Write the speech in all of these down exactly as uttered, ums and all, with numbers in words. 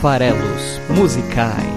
Farelos Musicais.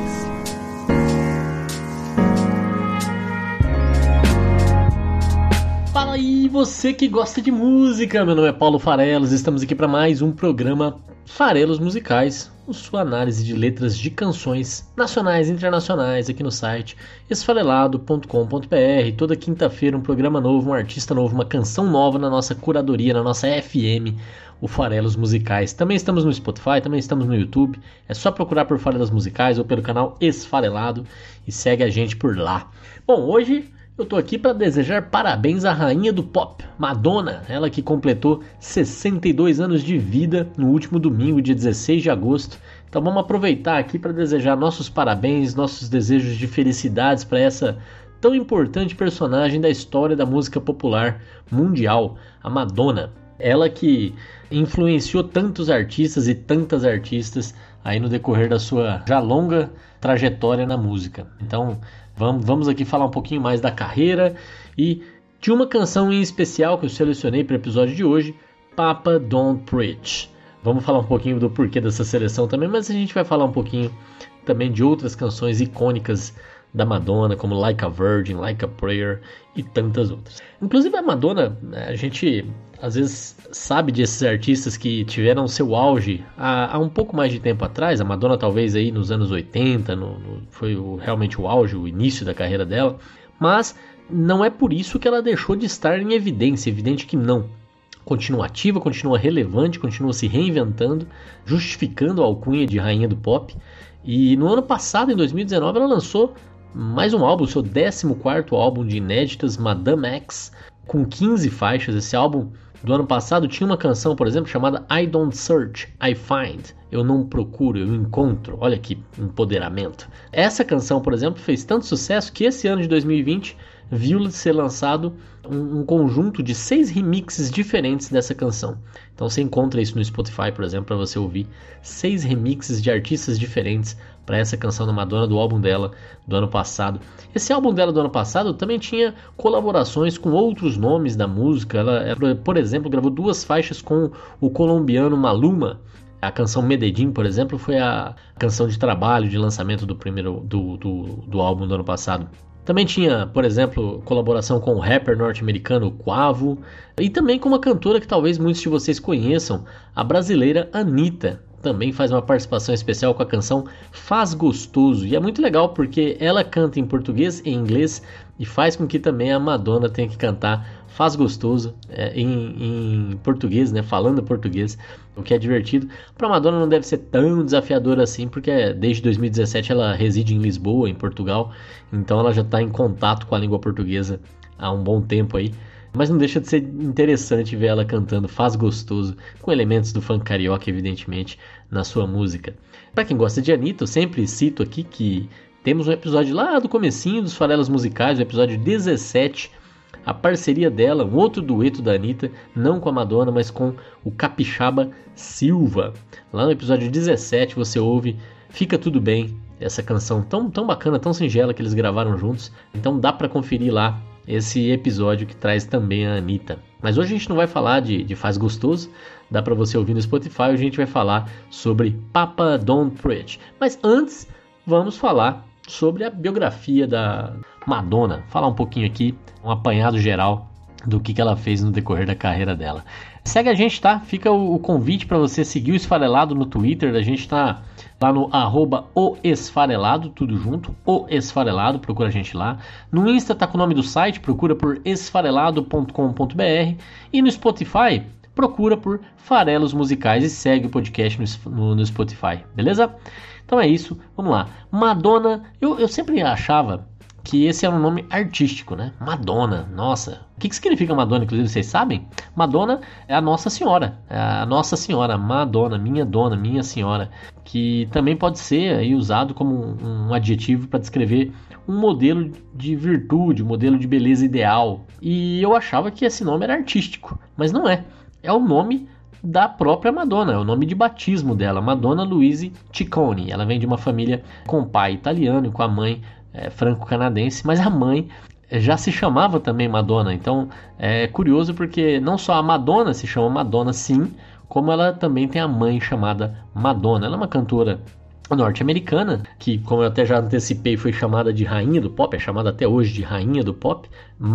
Fala aí, você que gosta de música, meu nome é Paulo Farelos, estamos aqui para mais um programa Farelos Musicais, sua análise de letras de canções nacionais e internacionais aqui no site esfarelado ponto com ponto b r. Toda quinta-feira um programa novo, um artista novo, uma canção nova na nossa curadoria, na nossa F M, o Farelos Musicais. Também estamos no Spotify, também estamos no YouTube, é só procurar por Farelos Musicais ou pelo canal Esfarelado e segue a gente por lá. Bom, hoje eu tô aqui para desejar parabéns à rainha do pop, Madonna, ela que completou sessenta e dois anos de vida no último domingo, dia dezesseis de agosto. Então vamos aproveitar aqui para desejar nossos parabéns, nossos desejos de felicidades para essa tão importante personagem da história da música popular mundial, a Madonna. Ela que influenciou tantos artistas e tantas artistas aí no decorrer da sua já longa trajetória na música. Então Vamos, vamos aqui falar um pouquinho mais da carreira e de uma canção em especial que eu selecionei para o episódio de hoje, Papa Don't Preach. Vamos falar um pouquinho do porquê dessa seleção também, mas a gente vai falar um pouquinho também de outras canções icônicas da Madonna, como Like a Virgin, Like a Prayer e tantas outras. Inclusive a Madonna, a gente às vezes sabe desses artistas que tiveram seu auge há, há um pouco mais de tempo atrás. A Madonna talvez aí nos anos oitenta, no, no, foi o, realmente o auge, o início da carreira dela. Mas não é por isso que ela deixou de estar em evidência, evidente que não. Continua ativa, continua relevante, continua se reinventando, justificando a alcunha de rainha do pop. E no ano passado, em dois mil e dezenove, ela lançou mais um álbum, seu décimo quarto álbum de inéditas, Madame X, com quinze faixas. Esse álbum do ano passado tinha uma canção, por exemplo, chamada I Don't Search, I Find. Eu não procuro, eu encontro. Olha que empoderamento. Essa canção, por exemplo, fez tanto sucesso que esse ano de dois mil e vinte viu ser lançado um, um conjunto de seis remixes diferentes dessa canção. Então você encontra isso no Spotify, por exemplo, para você ouvir seis remixes de artistas diferentes para essa canção da Madonna, do álbum dela do ano passado. Esse álbum dela do ano passado também tinha colaborações com outros nomes da música. Ela, por exemplo, gravou duas faixas com o colombiano Maluma. A canção Medellín, por exemplo, foi a canção de trabalho, de lançamento do primeiro do, do, do álbum do ano passado. Também tinha, por exemplo, colaboração com o rapper norte-americano Quavo e também com uma cantora que talvez muitos de vocês conheçam, a brasileira Anitta. Também faz uma participação especial com a canção Faz Gostoso. E é muito legal porque ela canta em português e em inglês e faz com que também a Madonna tenha que cantar Faz Gostoso é, em, em português, né? Falando português, o que é divertido. Para a Madonna não deve ser tão desafiador assim, porque desde dois mil e dezessete ela reside em Lisboa, em Portugal, então ela já está em contato com a língua portuguesa há um bom tempo aí. Mas não deixa de ser interessante ver ela cantando Faz Gostoso, com elementos do funk carioca, evidentemente, na sua música. Para quem gosta de Anitta, eu sempre cito aqui que temos um episódio lá do comecinho dos Farelos Musicais, o episódio dezessete, a parceria dela, um outro dueto da Anitta, não com a Madonna, mas com o Capixaba Silva. Lá no episódio dezessete você ouve Fica Tudo Bem, essa canção tão, tão bacana, tão singela que eles gravaram juntos. Então dá para conferir lá esse episódio que traz também a Anitta. Mas hoje a gente não vai falar de, de Faz Gostoso, dá para você ouvir no Spotify. Hoje a gente vai falar sobre Papa Don't Preach. Mas antes, vamos falar sobre a biografia da Madonna. Falar um pouquinho aqui, um apanhado geral do que, que ela fez no decorrer da carreira dela. Segue a gente, tá? Fica o, o convite para você seguir o Esfarelado no Twitter. A gente tá lá no arroba o Esfarelado, tudo junto, o Esfarelado, procura a gente lá. No Insta tá com o nome do site, procura por esfarelado ponto com ponto b r. E no Spotify, procura por Farelos Musicais e segue o podcast no, no, no Spotify, beleza? Então é isso, vamos lá. Madonna, eu, eu sempre achava que esse era um nome artístico, né? Madonna, nossa. O que, que significa Madonna, inclusive, vocês sabem? Madonna é a Nossa Senhora, é a Nossa Senhora, Madonna, minha dona, minha senhora, que também pode ser aí usado como um, um adjetivo para descrever um modelo de virtude, um modelo de beleza ideal. E eu achava que esse nome era artístico, mas não é. É o nome da própria Madonna, é o nome de batismo dela, Madonna Louise Ciccone. Ela vem de uma família com pai italiano e com a mãe é, franco-canadense, mas a mãe já se chamava também Madonna. Então é curioso porque não só a Madonna se chama Madonna sim, como ela também tem a mãe chamada Madonna. Ela é uma cantora norte-americana, que, como eu até já antecipei, foi chamada de rainha do pop, é chamada até hoje de rainha do pop,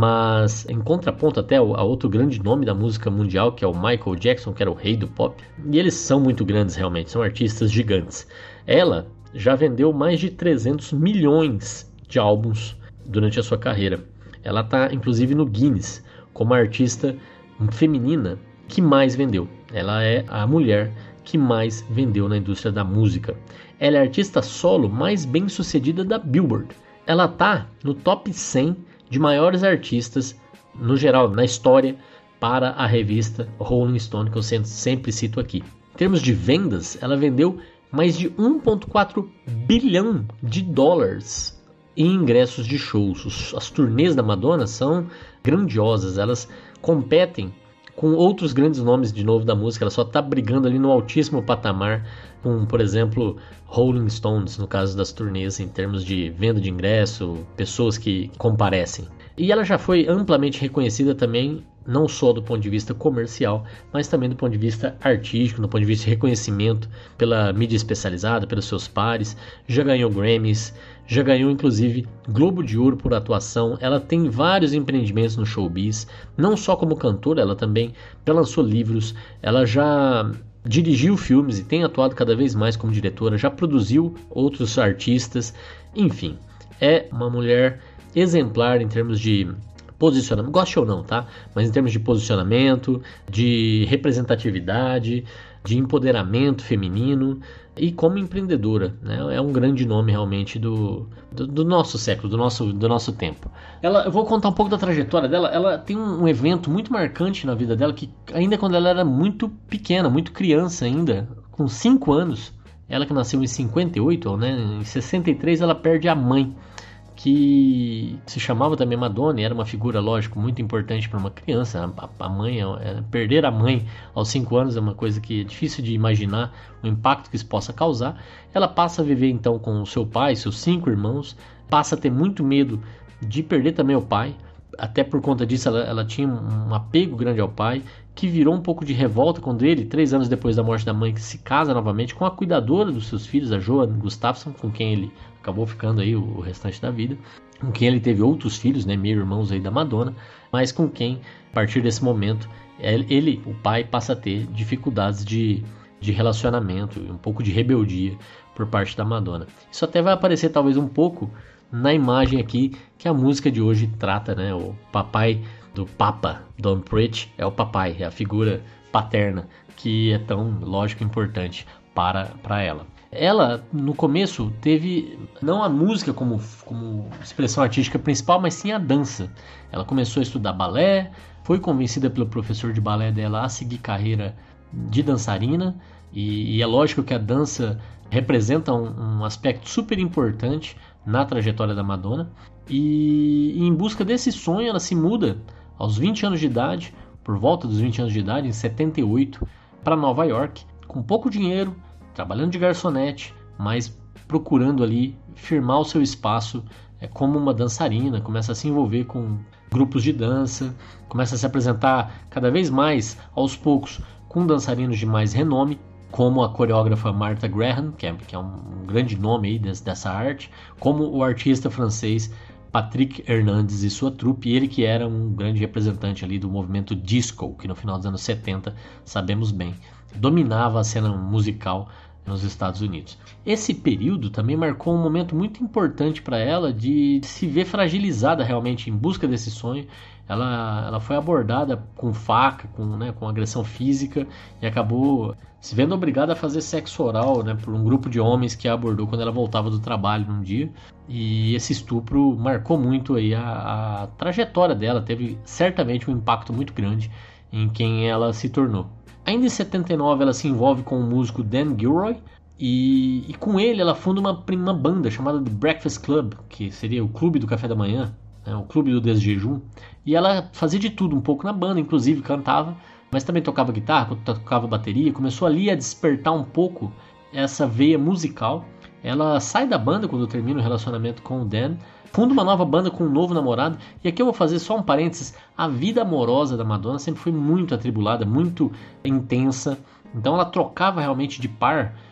mas em contraponto até a outro grande nome da música mundial, que é o Michael Jackson, que era o rei do pop, e eles são muito grandes realmente, são artistas gigantes. Ela já vendeu mais de trezentos milhões de álbuns durante a sua carreira. Ela está inclusive no Guinness como a artista feminina que mais vendeu. Ela é a mulher que mais vendeu na indústria da música. Ela é a artista solo mais bem sucedida da Billboard. Ela está no top cem de maiores artistas no geral, na história, para a revista Rolling Stone, que eu sempre cito aqui. Em termos de vendas, ela vendeu mais de um vírgula quatro bilhão de dólares em ingressos de shows. As turnês da Madonna são grandiosas, elas competem com outros grandes nomes de novo da música, ela só está brigando ali no altíssimo patamar com, por exemplo, Rolling Stones, no caso das turnês, em termos de venda de ingresso, pessoas que comparecem. E ela já foi amplamente reconhecida também, não só do ponto de vista comercial, mas também do ponto de vista artístico, do ponto de vista de reconhecimento pela mídia especializada, pelos seus pares. Já ganhou Grammys, já ganhou inclusive Globo de Ouro por atuação. Ela tem vários empreendimentos no showbiz, não só como cantora, ela também já lançou livros, ela já dirigiu filmes e tem atuado cada vez mais como diretora, já produziu outros artistas, enfim, é uma mulher exemplar em termos de posicionamento, goste ou não, tá? Mas em termos de posicionamento, de representatividade, de empoderamento feminino e como empreendedora, né? É um grande nome realmente do, do, do nosso século, do nosso, do nosso tempo. Ela, eu vou contar um pouco da trajetória dela. Ela tem um, um evento muito marcante na vida dela, que ainda quando ela era muito pequena, muito criança ainda, com cinco anos, ela que nasceu em cinquenta e oito, né? Em sessenta e três ela perde a mãe, que se chamava também Madonna, e era uma figura, lógico, muito importante para uma criança. A, a mãe, é, perder a mãe aos cinco anos é uma coisa que é difícil de imaginar o impacto que isso possa causar. Ela passa a viver então com o seu pai, seus cinco irmãos, passa a ter muito medo de perder também o pai, até por conta disso ela, ela tinha um apego grande ao pai, que virou um pouco de revolta quando ele, três anos depois da morte da mãe, que se casa novamente com a cuidadora dos seus filhos, a Joan Gustafsson, com quem ele acabou ficando aí o restante da vida, com quem ele teve outros filhos, né, meio irmãos aí da Madonna, mas com quem, a partir desse momento, ele, o pai, passa a ter dificuldades de, de relacionamento, um pouco de rebeldia por parte da Madonna. Isso até vai aparecer talvez um pouco na imagem aqui que a música de hoje trata, né, o papai do Papa, Don Preach, é o papai, é a figura paterna que é tão, lógico, importante para, para ela. Ela, no começo, teve não a música como, como expressão artística principal, mas sim a dança. Ela começou a estudar balé, foi convencida pelo professor de balé dela a seguir carreira de dançarina, e, e é lógico que a dança representa um, um aspecto super importante na trajetória da Madonna, e, e em busca desse sonho ela se muda aos vinte anos de idade, por volta dos vinte anos de idade, em setenta e oito, para Nova York, com pouco dinheiro, trabalhando de garçonete, mas procurando ali firmar o seu espaço é, como uma dançarina, começa a se envolver com grupos de dança, começa a se apresentar cada vez mais, aos poucos, com dançarinos de mais renome, como a coreógrafa Martha Graham, que é, que é um grande nome aí desse, dessa arte, como o artista francês Patrick Hernandez e sua trupe, ele que era um grande representante ali do movimento disco, que no final dos anos setenta, sabemos bem, dominava a cena musical nos Estados Unidos. Esse período também marcou um momento muito importante para ela de se ver fragilizada realmente em busca desse sonho. Ela, ela foi abordada com faca, com, né, com agressão física, e acabou se vendo obrigada a fazer sexo oral, né, por um grupo de homens que a abordou quando ela voltava do trabalho num dia. E esse estupro marcou muito aí a, a trajetória dela, teve certamente um impacto muito grande em quem ela se tornou. Ainda em setenta e nove ela se envolve com o músico Dan Gilroy, e, e com ele ela funda uma, uma banda chamada The Breakfast Club, que seria o clube do café da manhã, né, o clube do desjejum. E ela fazia de tudo um pouco na banda, inclusive cantava, mas também tocava guitarra, tocava bateria. Começou ali a despertar um pouco essa veia musical. Ela sai da banda quando termina o relacionamento com o Dan, funda uma nova banda com um novo namorado. E aqui eu vou fazer só um parênteses: a vida amorosa da Madonna sempre foi muito atribulada, muito intensa. Então ela trocava realmente de par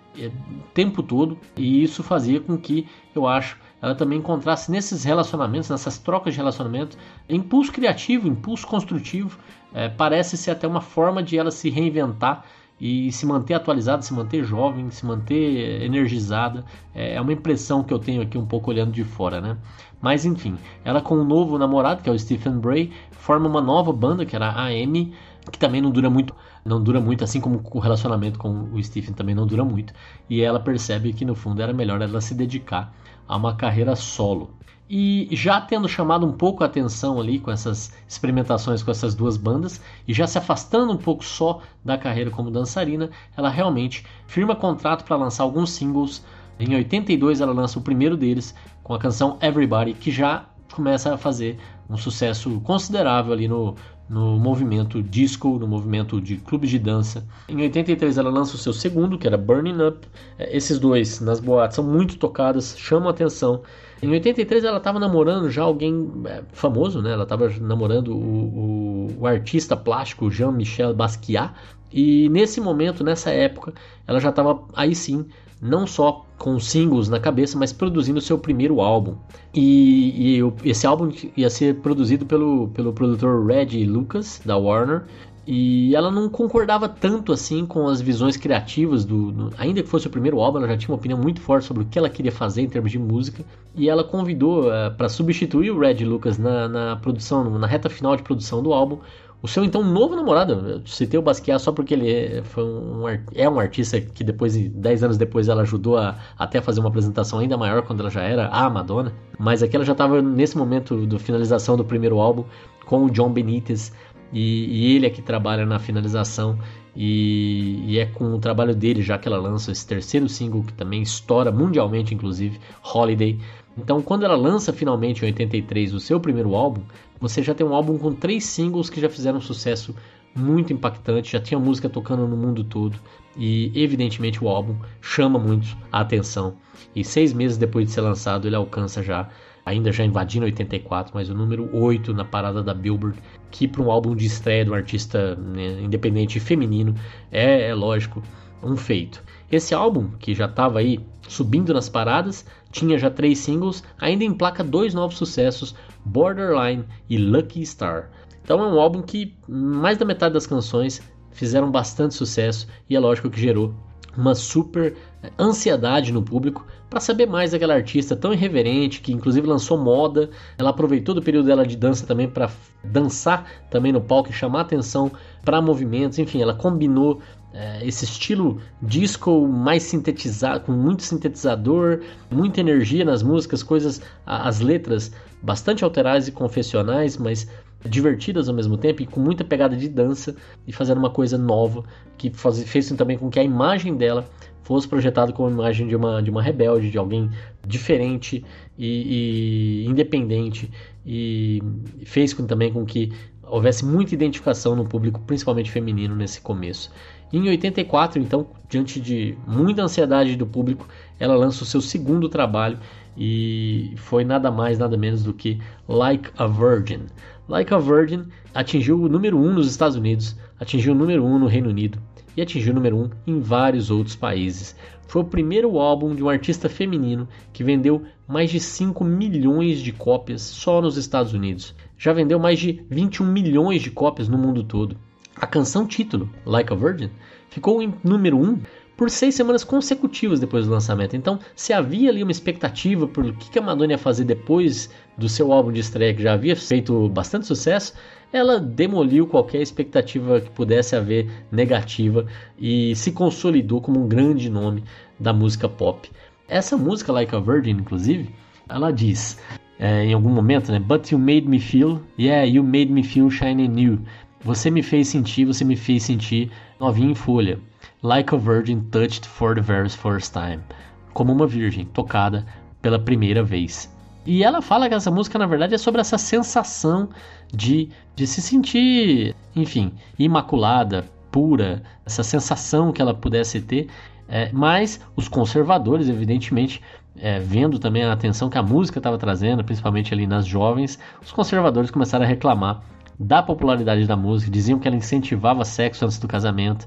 é, o tempo todo, e isso fazia com que, eu acho, ela também encontrasse nesses relacionamentos, nessas trocas de relacionamento, impulso criativo, impulso construtivo. É, parece ser até uma forma de ela se reinventar e se manter atualizada, se manter jovem, se manter energizada. É uma impressão que eu tenho aqui um pouco olhando de fora, né? Mas enfim, ela com um novo namorado, que é o Stephen Bray, forma uma nova banda, que era a Amy, que também não dura muito, não dura muito, assim como o relacionamento com o Stephen também não dura muito. E ela percebe que no fundo era melhor ela se dedicar a uma carreira solo. E já tendo chamado um pouco a atenção ali com essas experimentações com essas duas bandas, e já se afastando um pouco só da carreira como dançarina, ela realmente firma contrato para lançar alguns singles. Em oitenta e dois ela lança o primeiro deles, com a canção Everybody, que já começa a fazer um sucesso considerável ali no, no movimento disco, no movimento de clubes de dança. Em oitenta e três ela lança o seu segundo, que era Burning Up. Esses dois nas boates são muito tocados, chamam a atenção. Em oitenta e três ela estava namorando já alguém famoso, né? Ela estava namorando o, o, o artista plástico Jean-Michel Basquiat. E nesse momento, nessa época, ela já estava aí sim, não só com singles na cabeça, mas produzindo o seu primeiro álbum. E, e esse álbum ia ser produzido pelo, pelo produtor Reggie Lucas, da Warner. E ela não concordava tanto assim com as visões criativas do, do... Ainda que fosse o primeiro álbum, ela já tinha uma opinião muito forte sobre o que ela queria fazer em termos de música. E ela convidou uh, para substituir o Reggie Lucas na, na produção, na reta final de produção do álbum, o seu então novo namorado. Eu citei o Basquiat só porque ele é, foi um, é um artista que depois, dez anos depois, ela ajudou a até fazer uma apresentação ainda maior quando ela já era a Madonna. Mas aqui ela já estava nesse momento da finalização do primeiro álbum com o John Benitez. E, e ele é que trabalha na finalização, e, e é com o trabalho dele já que ela lança esse terceiro single, que também estoura mundialmente, inclusive, Holiday. Então, quando ela lança finalmente em oitenta e três o seu primeiro álbum, você já tem um álbum com três singles que já fizeram um sucesso muito impactante, já tinha música tocando no mundo todo, e evidentemente o álbum chama muito a atenção. E seis meses depois de ser lançado, ele alcança já, ainda já invadindo oitenta e quatro, mas o número oito na parada da Billboard, que para um álbum de estreia de um artista, né, independente feminino, é, é lógico, um feito. Esse álbum, que já estava aí subindo nas paradas, tinha já três singles, ainda emplaca dois novos sucessos, Borderline e Lucky Star. Então é um álbum que mais da metade das canções fizeram bastante sucesso, e é lógico que gerou uma super ansiedade no público para saber mais daquela artista tão irreverente, que inclusive lançou moda. Ela aproveitou do período dela de dança também para dançar também no palco e chamar atenção para movimentos. Enfim, ela combinou é, esse estilo disco mais sintetizado, com muito sintetizador, muita energia nas músicas, coisas, as letras bastante alteradas e confessionais, mas divertidas ao mesmo tempo, e com muita pegada de dança, e fazendo uma coisa nova que faz, fez também com que a imagem dela fosse projetada como a imagem de uma, de uma rebelde, de alguém diferente e, e independente, e fez com, também com que houvesse muita identificação no público, principalmente feminino, nesse começo. E em oitenta e quatro, então, diante de muita ansiedade do público, ela lança o seu segundo trabalho, e foi nada mais, nada menos do que Like a Virgin. Like a Virgin atingiu o número um nos Estados Unidos, atingiu o número um no Reino Unido e atingiu o número um em vários outros países. Foi o primeiro álbum de um artista feminino que vendeu mais de cinco milhões de cópias só nos Estados Unidos. Já vendeu mais de vinte e um milhões de cópias no mundo todo. A canção título, Like a Virgin, ficou em número um por seis semanas consecutivas depois do lançamento. Então, se havia ali uma expectativa por o que a Madonna ia fazer depois do seu álbum de estreia, que já havia feito bastante sucesso, ela demoliu qualquer expectativa que pudesse haver negativa e se consolidou como um grande nome da música pop. Essa música, Like a Virgin, inclusive, ela diz é, em algum momento, né? But you made me feel, yeah, you made me feel shiny new. Você me fez sentir, você me fez sentir novinha em folha. Like a Virgin touched for the very first time. Como uma virgem tocada pela primeira vez. E ela fala que essa música, na verdade, é sobre essa sensação de, de se sentir, enfim, imaculada, pura, essa sensação que ela pudesse ter. É, mas os conservadores, evidentemente, é, vendo também a atenção que a música estava trazendo, principalmente ali nas jovens, os conservadores começaram a reclamar da popularidade da música, diziam que ela incentivava sexo antes do casamento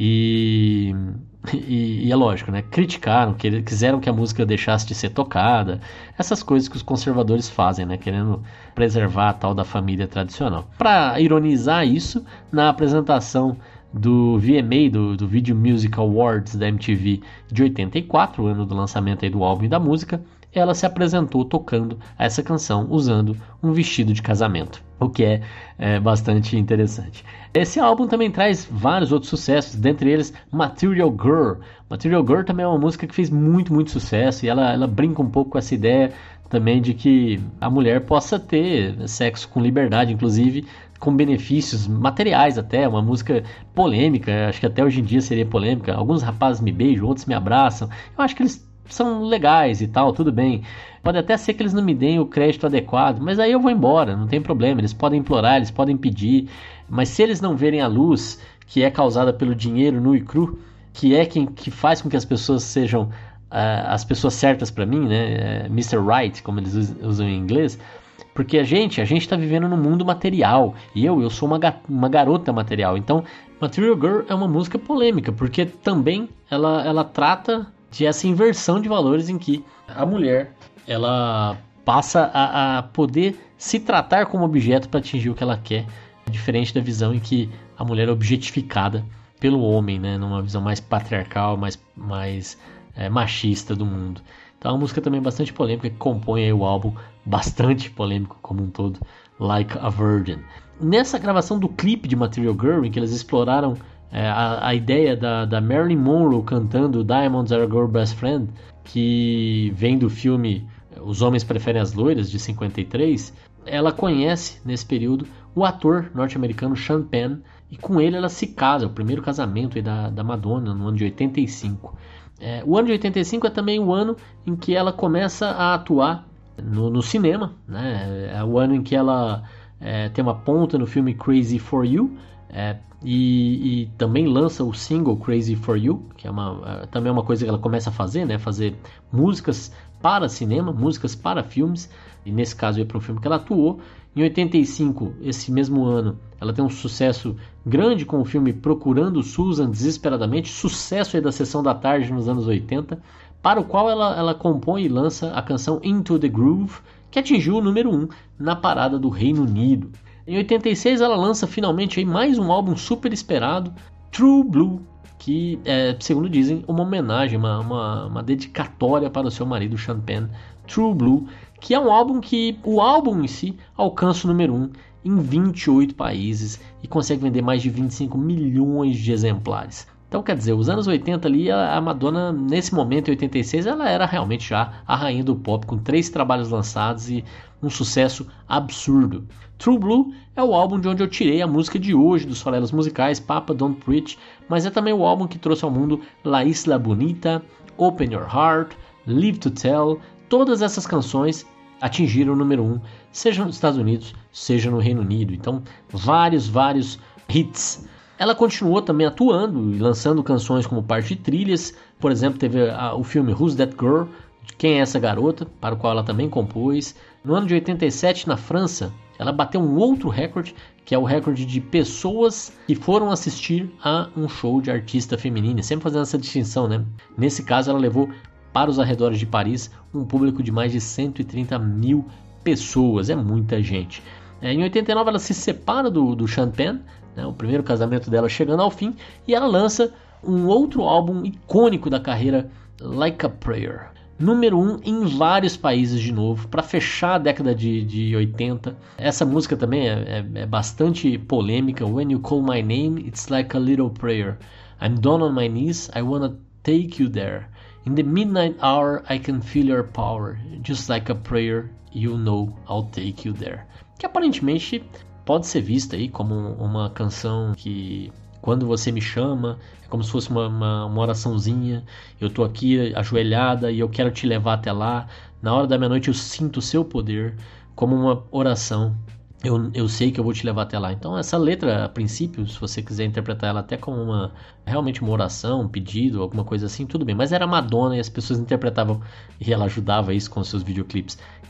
e, e, e é lógico, né? Criticaram, que, quiseram que a música deixasse de ser tocada, essas coisas que os conservadores fazem, né? Querendo preservar a tal da família tradicional. Para ironizar isso, na apresentação do V M A, do, do Video Music Awards da M T V de oitenta e quatro, o ano do lançamento aí do álbum e da música, ela se apresentou tocando essa canção usando um vestido de casamento, o que é, é bastante interessante. Esse álbum também traz vários outros sucessos, dentre eles Material Girl. Material Girl também é uma música que fez muito, muito sucesso, e ela, ela brinca um pouco com essa ideia também de que a mulher possa ter sexo com liberdade, inclusive com benefícios materiais até, uma música polêmica, acho que até hoje em dia seria polêmica. Alguns rapazes me beijam, outros me abraçam. Eu acho que eles são legais e tal, tudo bem. Pode até ser que eles não me deem o crédito adequado, mas aí eu vou embora, não tem problema. Eles podem implorar, eles podem pedir, mas se eles não verem a luz que é causada pelo dinheiro nu e cru, que é quem que faz com que as pessoas sejam uh, as pessoas certas para mim, né? Uh, mister Right, como eles usam em inglês. Porque a gente, a gente está vivendo num mundo material. E eu, eu sou uma, uma garota material. Então, Material Girl é uma música polêmica, porque também ela, ela trata de essa inversão de valores em que a mulher ela passa a, a poder se tratar como objeto para atingir o que ela quer, diferente da visão em que a mulher é objetificada pelo homem, né, numa visão mais patriarcal, mais, mais é, machista do mundo. Então é uma música também bastante polêmica, que compõe aí o álbum, bastante polêmico como um todo, Like a Virgin. Nessa gravação do clipe de Material Girl, em que eles exploraram é, a, a ideia da, da Marilyn Monroe cantando Diamonds Are a Girl Best Friend, que vem do filme Os Homens Preferem as Loiras, de cinquenta e três, ela conhece, nesse período, o ator norte-americano Sean Penn, e com ele ela se casa, o primeiro casamento aí da, da Madonna, no ano de oitenta e cinco. É, o ano de oitenta e cinco é também o ano em que ela começa a atuar no, no cinema, né? É o ano em que ela é, tem uma ponta no filme Crazy for You, é, e, e também lança o single Crazy for You, que é uma, é, também é uma coisa que ela começa a fazer, né? Fazer músicas para cinema, músicas para filmes, e nesse caso é para um filme que ela atuou. Em oitenta e cinco, esse mesmo ano, ela tem um sucesso grande com o filme Procurando Susan Desesperadamente, sucesso aí da sessão da tarde nos anos oitenta, para o qual ela, ela compõe e lança a canção Into the Groove, que atingiu o número um na parada do Reino Unido. Em oitenta e seis ela lança finalmente aí mais um álbum super esperado, True Blue, que é, segundo dizem, uma homenagem, uma, uma, uma dedicatória para o seu marido Sean Penn, True Blue, que é um álbum que o álbum em si alcança o número um em vinte e oito países e consegue vender mais de vinte e cinco milhões de exemplares. Então, quer dizer, os anos oitenta ali, a Madonna, nesse momento, em oitenta e seis, ela era realmente já a rainha do pop, com três trabalhos lançados e um sucesso absurdo. True Blue é o álbum de onde eu tirei a música de hoje dos farelos musicais, Papa Don't Preach, mas é também o álbum que trouxe ao mundo La Isla Bonita, Open Your Heart, Live to Tell. Todas essas canções atingiram o número um, seja nos Estados Unidos, seja no Reino Unido. Então, vários, vários hits. Ela continuou também atuando e lançando canções como parte de trilhas. Por exemplo, teve a, o filme Who's That Girl? Quem é essa garota? Para o qual ela também compôs. No ano de oitenta e sete, na França, ela bateu um outro recorde, que é o recorde de pessoas que foram assistir a um show de artista feminina. Sempre fazendo essa distinção, né? Nesse caso, ela levou para os arredores de Paris um público de mais de cento e trinta mil pessoas. É muita gente. É, em oitenta e nove, ela se separa do, do Sean Penn, né, o primeiro casamento dela chegando ao fim, e ela lança um outro álbum icônico da carreira, Like a Prayer. Número um em vários países de novo, para fechar a década de, de oitenta. Essa música também é, é, é bastante polêmica. When you call my name, it's like a little prayer. I'm down on my knees, I wanna take you there. In the midnight hour, I can feel your power. Just like a prayer, you know I'll take you there. Que aparentemente pode ser vista aí como uma canção que, quando você me chama, é como se fosse uma, uma, uma oraçãozinha. Eu tô aqui ajoelhada e eu quero te levar até lá. Na hora da meia-noite eu sinto o seu poder, como uma oração. Eu, eu sei que eu vou te levar até lá. Então essa letra, a princípio, se você quiser interpretar ela até como uma realmente uma oração, um pedido, alguma coisa assim, tudo bem. Mas era Madonna e as pessoas interpretavam, e ela ajudava isso com seus videoclipes,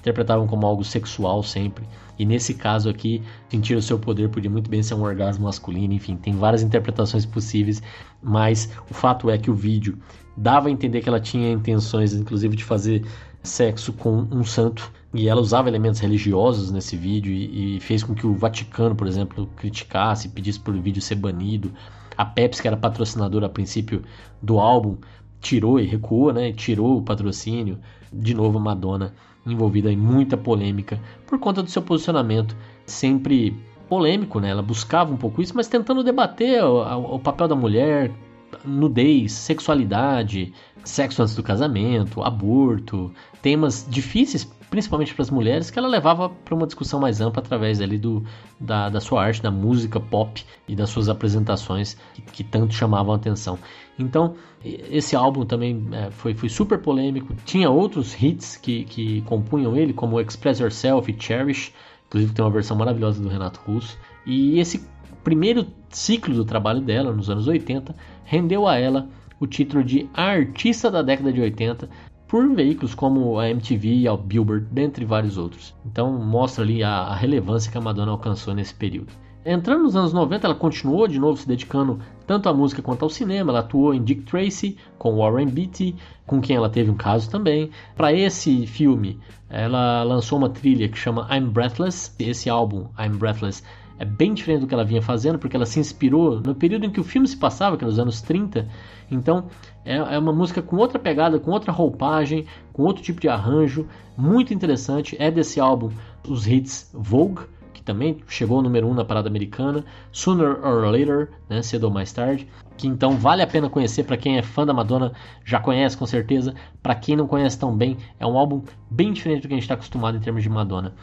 interpretavam como algo sexual sempre. E nesse caso aqui, sentir o seu poder podia muito bem ser um orgasmo masculino. Enfim, tem várias interpretações possíveis, mas o fato é que o vídeo dava a entender que ela tinha intenções, inclusive, de fazer sexo com um santo. E ela usava elementos religiosos nesse vídeo e, e fez com que o Vaticano, por exemplo, criticasse, pedisse para o vídeo ser banido. A Pepsi, que era patrocinadora a princípio do álbum, tirou e recuou, né? Tirou o patrocínio. De novo, a Madonna envolvida em muita polêmica por conta do seu posicionamento sempre polêmico, né? Ela buscava um pouco isso, mas tentando debater o, o papel da mulher, nudez, sexualidade, sexo antes do casamento, aborto, temas difíceis, principalmente para as mulheres, que ela levava para uma discussão mais ampla através ali do, da, da sua arte, da música pop e das suas apresentações que, que tanto chamavam a atenção. Então, esse álbum também é, foi, foi super polêmico. Tinha outros hits que, que compunham ele, como Express Yourself e Cherish, inclusive tem uma versão maravilhosa do Renato Russo. E esse primeiro ciclo do trabalho dela, nos anos oitenta, rendeu a ela o título de a artista da década de oitenta, por veículos como a M T V e a Billboard, dentre vários outros. Então mostra ali a, a relevância que a Madonna alcançou nesse período. Entrando nos anos noventa, ela continuou de novo se dedicando tanto à música quanto ao cinema. Ela atuou em Dick Tracy, com Warren Beatty, com quem ela teve um caso também. Para esse filme, ela lançou uma trilha que chama I'm Breathless. Esse álbum, I'm Breathless, é bem diferente do que ela vinha fazendo, porque ela se inspirou no período em que o filme se passava, que era nos anos trinta. Então é uma música com outra pegada, com outra roupagem, com outro tipo de arranjo, muito interessante. É desse álbum os hits Vogue, que também chegou ao número um na parada americana, Sooner or Later, né, cedo ou mais tarde, que então vale a pena conhecer. Para quem é fã da Madonna já conhece com certeza, para quem não conhece tão bem, é um álbum bem diferente do que a gente está acostumado em termos de Madonna.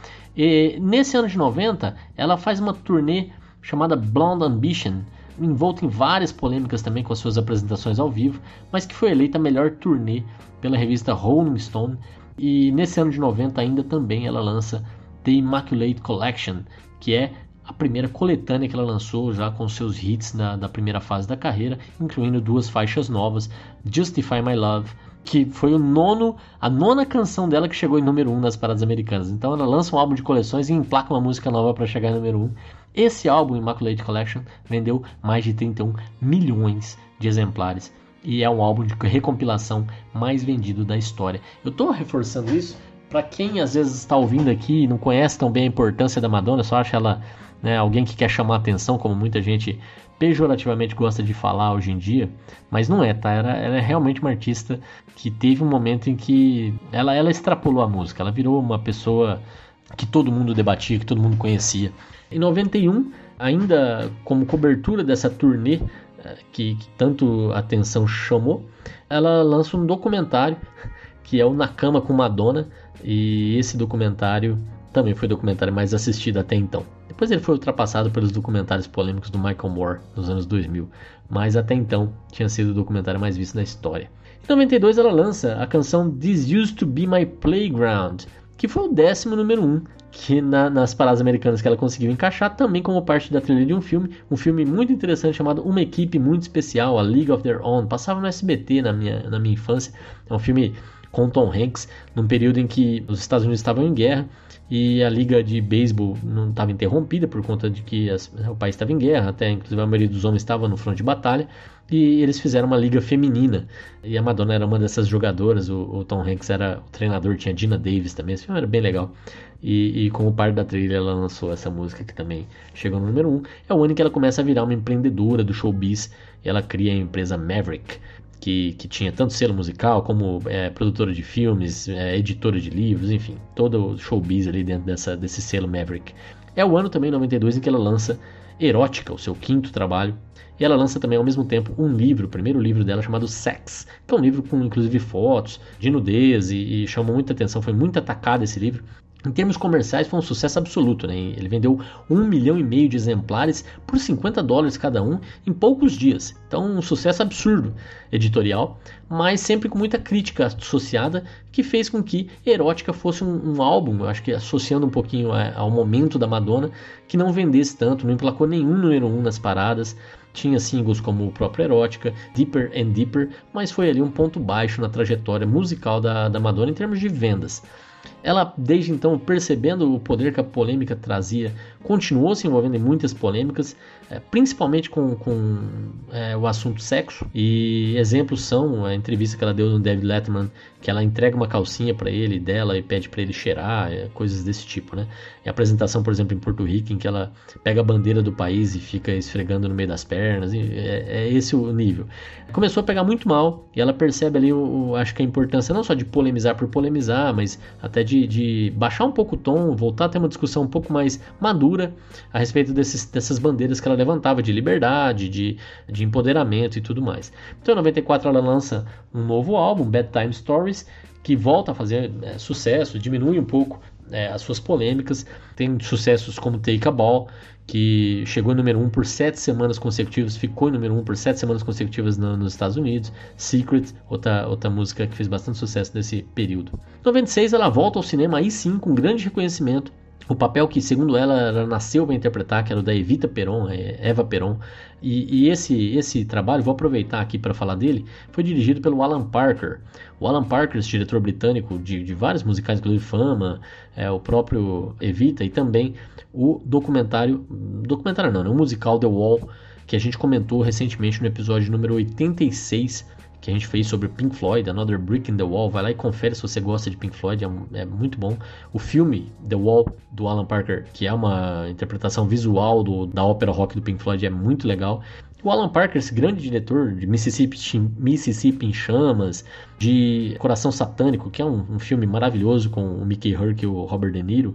E nesse ano de noventa, ela faz uma turnê chamada Blonde Ambition, envolta em várias polêmicas também com as suas apresentações ao vivo, mas que foi eleita a melhor turnê pela revista Rolling Stone. E nesse ano de noventa ainda também ela lança The Immaculate Collection, que é a primeira coletânea que ela lançou já com seus hits na, da primeira fase da carreira, incluindo duas faixas novas, Justify My Love, que foi o nono, a nona canção dela que chegou em número um nas paradas americanas. Então ela lança um álbum de coleções e emplaca uma música nova para chegar em número um. Esse álbum, Immaculate Collection, vendeu mais de trinta e um milhões de exemplares e é um álbum de recompilação mais vendido da história. Eu estou reforçando isso para quem às vezes está ouvindo aqui e não conhece tão bem a importância da Madonna, só acha ela, né, alguém que quer chamar atenção, como muita gente pejorativamente gosta de falar hoje em dia, mas não é, tá? Ela, ela é realmente uma artista que teve um momento em que ela, ela extrapolou a música, ela virou uma pessoa que todo mundo debatia, que todo mundo conhecia. Em noventa e um, ainda como cobertura dessa turnê que, que tanto atenção chamou, ela lança um documentário que é o Na Cama com Madonna, e esse documentário também foi o documentário mais assistido até então. Depois ele foi ultrapassado pelos documentários polêmicos do Michael Moore nos anos dois mil, mas até então tinha sido o documentário mais visto da história. Em noventa e dois ela lança a canção This Used to Be My Playground, que foi o décimo número um, que na, nas paradas americanas que ela conseguiu encaixar, também como parte da trilha de um filme, um filme muito interessante chamado Uma Equipe Muito Especial, a League of Their Own, passava no S B T na minha, na minha infância. É um filme com Tom Hanks, num período em que os Estados Unidos estavam em guerra e a liga de beisebol não estava interrompida por conta de que as, o país estava em guerra, até inclusive a maioria dos homens estava no fronte de batalha, e eles fizeram uma liga feminina, e a Madonna era uma dessas jogadoras. O, o Tom Hanks era o treinador, tinha Dina Davis também. Esse filme era bem legal, e, e como parte da trilha ela lançou essa música que também chegou no número um. É o ano em que ela começa a virar uma empreendedora do showbiz, e ela cria a empresa Maverick, Que, que tinha tanto selo musical como é, produtora de filmes, é, editora de livros, enfim, todo o showbiz ali dentro dessa, desse selo Maverick. É o ano também, noventa e dois, em que ela lança Erótica, o seu quinto trabalho, e ela lança também ao mesmo tempo um livro, o primeiro livro dela, chamado Sex, que é um livro com inclusive fotos de nudez, e, e chamou muita atenção, foi muito atacado esse livro. Em termos comerciais foi um sucesso absoluto, né? Ele vendeu um milhão e meio de exemplares por cinquenta dólares cada um em poucos dias. Então um sucesso absurdo editorial, mas sempre com muita crítica associada, que fez com que Erótica fosse um, um álbum, eu acho que associando um pouquinho a, ao momento da Madonna, que não vendesse tanto, não emplacou nenhum número um nas paradas. Tinha singles como o próprio Erótica, Deeper and Deeper, mas foi ali um ponto baixo na trajetória musical da, da Madonna em termos de vendas. Ela, desde então, percebendo o poder que a polêmica trazia, continuou se envolvendo em muitas polêmicas, é, principalmente com, com é, o assunto sexo. E exemplos são a entrevista que ela deu no David Letterman, que ela entrega uma calcinha para ele, dela, e pede para ele cheirar, é, coisas desse tipo, né? E a apresentação, por exemplo, em Porto Rico, em que ela pega a bandeira do país e fica esfregando no meio das pernas, e é, é esse o nível. Começou a pegar muito mal, e ela percebe ali, o, o, acho que a importância não só de polemizar por polemizar, mas até de, de baixar um pouco o tom, voltar a ter uma discussão um pouco mais madura a respeito desses, dessas bandeiras que ela levantava, de liberdade, de, de empoderamento e tudo mais. Então, em noventa e quatro, ela lança um novo álbum, Bedtime Stories, que volta a fazer é, sucesso, diminui um pouco é, as suas polêmicas. Tem sucessos como Take a Ball, que chegou em número um por sete semanas consecutivas, ficou em número um por sete semanas consecutivas no, nos Estados Unidos. Secret, outra, outra música que fez bastante sucesso nesse período. Em noventa e seis, ela volta ao cinema, aí sim, com grande reconhecimento. O papel que, segundo ela, ela nasceu para interpretar, que era o da Evita Peron, Eva Peron. E, e esse, esse trabalho, vou aproveitar aqui para falar dele, foi dirigido pelo Alan Parker. O Alan Parker, esse diretor britânico de, de vários musicais, inclusive Fama, é, o próprio Evita, e também o documentário, documentário não, né, o musical The Wall, que a gente comentou recentemente no episódio número oitenta e seis, que a gente fez sobre Pink Floyd, Another Brick in the Wall. Vai lá e confere se você gosta de Pink Floyd, é, é muito bom. O filme The Wall, do Alan Parker, que é uma interpretação visual do, da ópera rock do Pink Floyd, é muito legal. O Alan Parker, esse grande diretor de Mississippi, Mississippi em Chamas, de Coração Satânico, que é um, um filme maravilhoso com o Mickey Rourke e o Robert De Niro,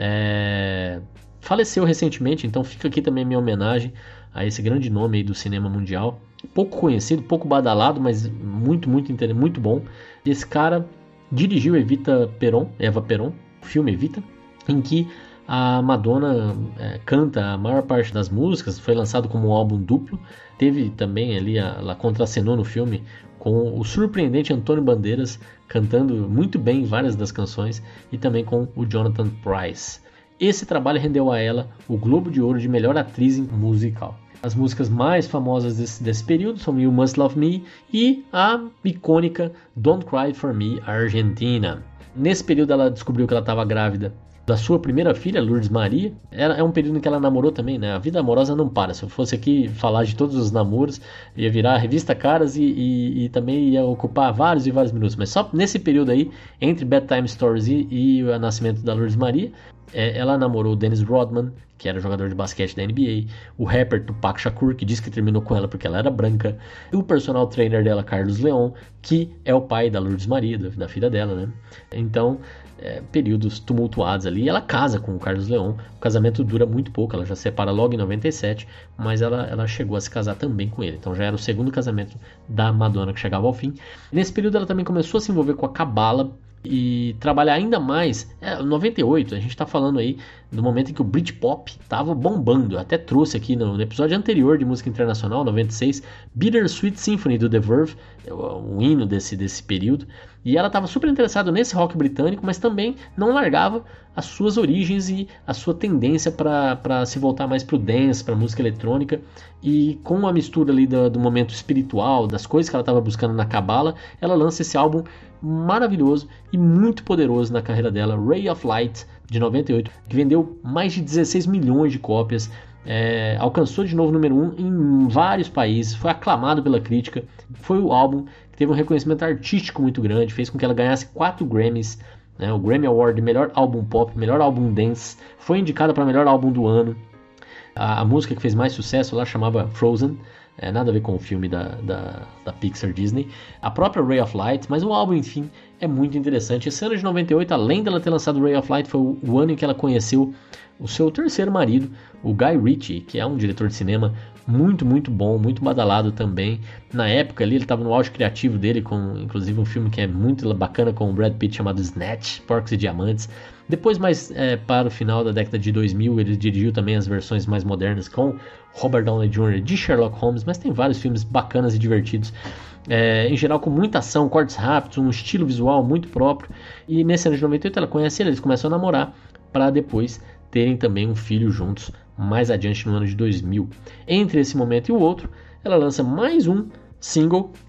é... faleceu recentemente, então fica aqui também a minha homenagem a esse grande nome aí do cinema mundial. Pouco conhecido, pouco badalado, mas muito, muito, muito bom. Esse cara dirigiu Evita Peron, Eva Peron, o filme Evita, em que a Madonna é, canta a maior parte das músicas. Foi lançado como um álbum duplo. Teve também ali, a, ela contracenou no filme com o surpreendente Antônio Bandeiras, cantando muito bem várias das canções, e também com o Jonathan Pryce. Esse trabalho rendeu a ela o Globo de Ouro de melhor atriz musical. As músicas mais famosas desse, desse período são You Must Love Me e a icônica Don't Cry For Me, Argentina. Nesse período ela descobriu que ela estava grávida da sua primeira filha, Lourdes Maria. Era, é um período em que ela namorou também, né? A vida amorosa não para. Se eu fosse aqui falar de todos os namoros, ia virar a revista Caras e, e, e também ia ocupar vários e vários minutos. Mas só nesse período aí, entre Bedtime Stories e, e o nascimento da Lourdes Maria, é, ela namorou o Dennis Rodman, que era jogador de basquete da N B A, o rapper Tupac Shakur, que disse que terminou com ela porque ela era branca, e o personal trainer dela, Carlos Leon, que é o pai da Lourdes Maria, da, da filha dela, né? Então, é, períodos tumultuados ali. Ela casa com o Carlos Leon, o casamento dura muito pouco, ela já se separa logo em noventa e sete, mas ela, ela chegou a se casar também com ele, então já era o segundo casamento da Madonna que chegava ao fim. Nesse período ela também começou a se envolver com a Cabala e trabalhar ainda mais. É, noventa e oito, a gente está falando aí do momento em que o Britpop estava bombando. Eu até trouxe aqui no, no episódio anterior de música internacional, noventa e seis, Bittersweet Symphony do The Verve, um hino desse, desse período. E ela estava super interessada nesse rock britânico, mas também não largava as suas origens e a sua tendência para se voltar mais para o dance, para a música eletrônica. E com a mistura ali do, do momento espiritual, das coisas que ela estava buscando na Cabala, ela lança esse álbum maravilhoso e muito poderoso na carreira dela, Ray of Light, de noventa e oito, que vendeu mais de dezesseis milhões de cópias, é, alcançou de novo o número um em vários países, foi aclamado pela crítica. Foi o álbum que teve um reconhecimento artístico muito grande, fez com que ela ganhasse quatro Grammys, né, o Grammy Award de melhor álbum pop, melhor álbum dance, foi indicada para melhor álbum do ano. A, a música que fez mais sucesso lá chamava Frozen, é, nada a ver com o filme da, da, da Pixar Disney, a própria Ray of Light, mas o álbum, enfim, é muito interessante. Esse ano de noventa e oito, além dela ter lançado Ray of Light, foi o, o ano em que ela conheceu o seu terceiro marido, o Guy Ritchie, que é um diretor de cinema muito, muito bom, muito badalado também. Na época ali, ele estava no auge criativo dele, com inclusive um filme que é muito bacana com o Brad Pitt chamado Snatch, Porcos e Diamantes. Depois, mais é, para o final da década de dois mil, ele dirigiu também as versões mais modernas com Robert Downey júnior de Sherlock Holmes, mas tem vários filmes bacanas e divertidos. É, em geral com muita ação, cortes rápidos, um estilo visual muito próprio. E nesse ano de noventa e oito ela conhece ele, eles começam a namorar para depois terem também um filho juntos mais adiante no ano de dois mil. Entre esse momento e o outro, ela lança mais um single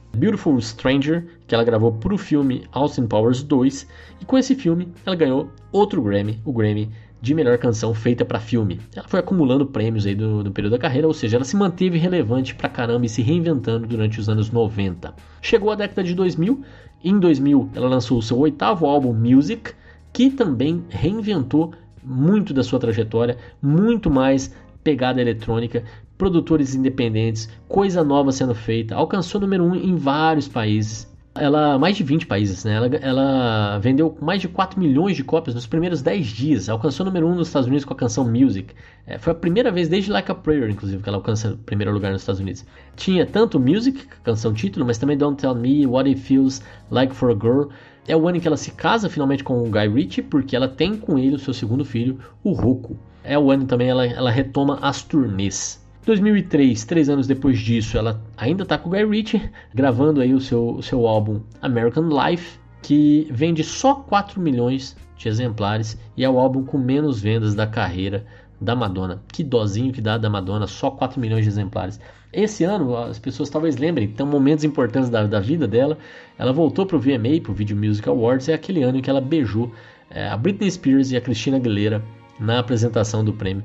Beautiful Stranger, que ela gravou para o filme Austin Powers dois, e com esse filme ela ganhou outro Grammy, o Grammy de melhor canção feita para filme. Ela foi acumulando prêmios aí do, do período da carreira, ou seja, ela se manteve relevante pra caramba e se reinventando durante os anos noventa. Chegou a década de dois mil, e em dois mil ela lançou o seu oitavo álbum Music, que também reinventou muito da sua trajetória, muito mais pegada eletrônica, produtores independentes, coisa nova sendo feita, alcançou número um em vários países. Ela, mais de vinte países, né? Ela, ela vendeu mais de quatro milhões de cópias nos primeiros dez dias, alcançou número um nos Estados Unidos com a canção Music. É, foi a primeira vez desde Like a Prayer, inclusive, que ela alcança o primeiro lugar nos Estados Unidos. Tinha tanto Music, canção título, mas também Don't Tell Me, What It Feels Like for a Girl. É o ano em que ela se casa finalmente com o Guy Ritchie, porque ela tem com ele o seu segundo filho, o Rocco. É o ano também ela, ela retoma as turnês. dois mil e três, três anos depois disso, ela ainda está com o Guy Ritchie, gravando aí o seu, o seu álbum American Life, que vende só quatro milhões de exemplares e é o álbum com menos vendas da carreira da Madonna. Que dozinho que dá da Madonna, só quatro milhões de exemplares. Esse ano, as pessoas talvez lembrem, tem momentos importantes da, da vida dela. Ela voltou para o V M A, para o Video Music Awards, é aquele ano em que ela beijou é, a Britney Spears e a Christina Aguilera na apresentação do prêmio.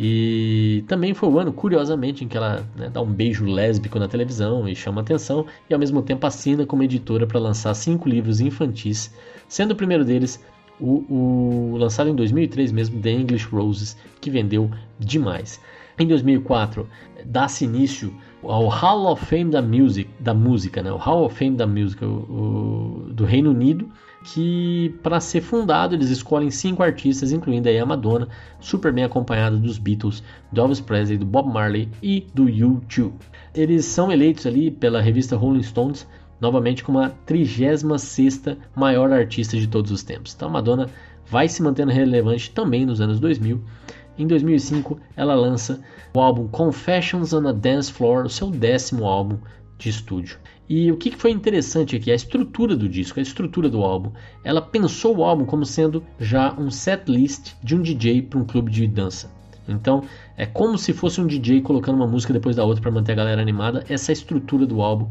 E também foi o ano, curiosamente, em que ela, né, dá um beijo lésbico na televisão e chama atenção, e ao mesmo tempo assina como editora para lançar cinco livros infantis, sendo o primeiro deles o, o lançado em dois mil e três mesmo, The English Roses, que vendeu demais. Em dois mil e quatro, dá-se início ao Hall of Fame da, music, da música, né? O Hall of Fame da música o, o, do Reino Unido, que para ser fundado eles escolhem cinco artistas, incluindo aí a Madonna, super bem acompanhada dos Beatles, do Elvis Presley, do Bob Marley e do U dois. Eles são eleitos ali pela revista Rolling Stones, novamente como a trigésima sexta maior artista de todos os tempos. Então a Madonna vai se mantendo relevante também nos anos dois mil. Em dois mil e cinco, ela lança o álbum Confessions on a Dance Floor, o seu décimo álbum de estúdio. E o que foi interessante aqui, a estrutura do disco, a estrutura do álbum. Ela pensou o álbum como sendo já um set list de um D J para um clube de dança. Então, é como se fosse um D J colocando uma música depois da outra para manter a galera animada. Essa é a estrutura do álbum.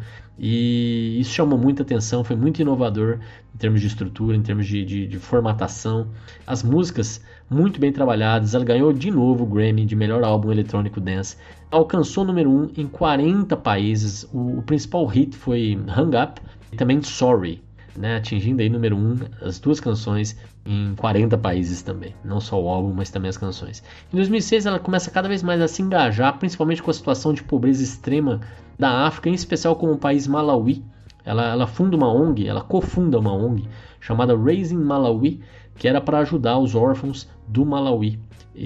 E isso chamou muita atenção, foi muito inovador em termos de estrutura, em termos de, de, de formatação. As músicas muito bem trabalhadas. Ela ganhou de novo o Grammy de melhor álbum eletrônico dance. Alcançou o número um em quarenta países. O, o principal hit foi Hung Up e também Sorry, né, atingindo aí número um as duas canções em quarenta países também, não só o álbum, mas também as canções. Em dois mil e seis ela começa cada vez mais a se engajar, principalmente com a situação de pobreza extrema da África, em especial com o país Malawi. Ela, ela funda uma O N G, ela cofunda uma O N G chamada Raising Malawi, que era para ajudar os órfãos do Malawi.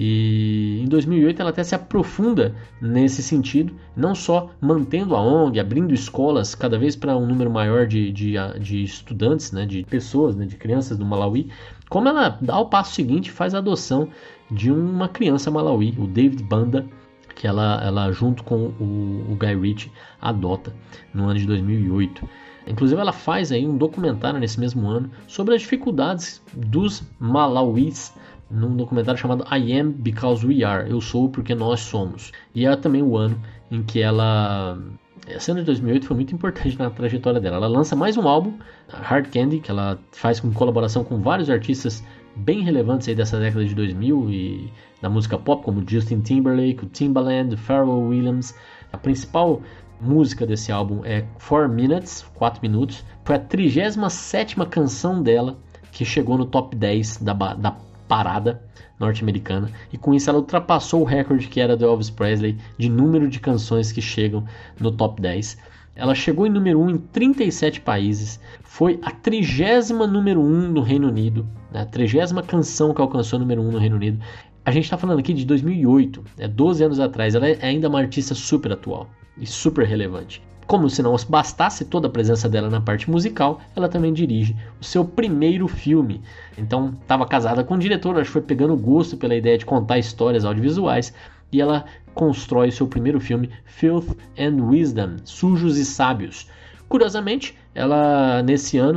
E em dois mil e oito ela até se aprofunda nesse sentido, não só mantendo a O N G, abrindo escolas cada vez para um número maior de, de, de estudantes, né, de pessoas, né, de crianças do Malawi, como ela dá o passo seguinte, faz a adoção de uma criança Malawi, o David Banda, que ela, ela junto com o, o Guy Ritchie adota no ano de dois mil e oito. Inclusive ela faz aí um documentário nesse mesmo ano sobre as dificuldades dos Malawis, num documentário chamado I Am Because We Are, Eu Sou Porque Nós Somos. E é também o ano em que ela... Esse ano de dois mil e oito foi muito importante na trajetória dela. Ela lança mais um álbum, Hard Candy, que ela faz com colaboração com vários artistas bem relevantes aí dessa década de dois mil e da música pop, como Justin Timberlake, o Timbaland, o Pharrell Williams. A principal música desse álbum é four minutes, quatro minutos. Foi a trigésima sétima canção dela que chegou no top dez da, da parada norte-americana, e com isso ela ultrapassou o recorde que era do Elvis Presley de número de canções que chegam no top dez. Ela chegou em número um em trinta e sete países, foi a trigésima número um no Reino Unido, né? A trigésima canção que alcançou o número um no Reino Unido. A gente está falando aqui de dois mil e oito, é doze anos atrás. Ela é ainda uma artista super atual e super relevante. Como se não bastasse toda a presença dela na parte musical, ela também dirige o seu primeiro filme. Então, estava casada com o diretor, acho que foi pegando gosto pela ideia de contar histórias audiovisuais, e ela constrói o seu primeiro filme, Filth and Wisdom, Sujos e Sábios. Curiosamente, ela nesse ano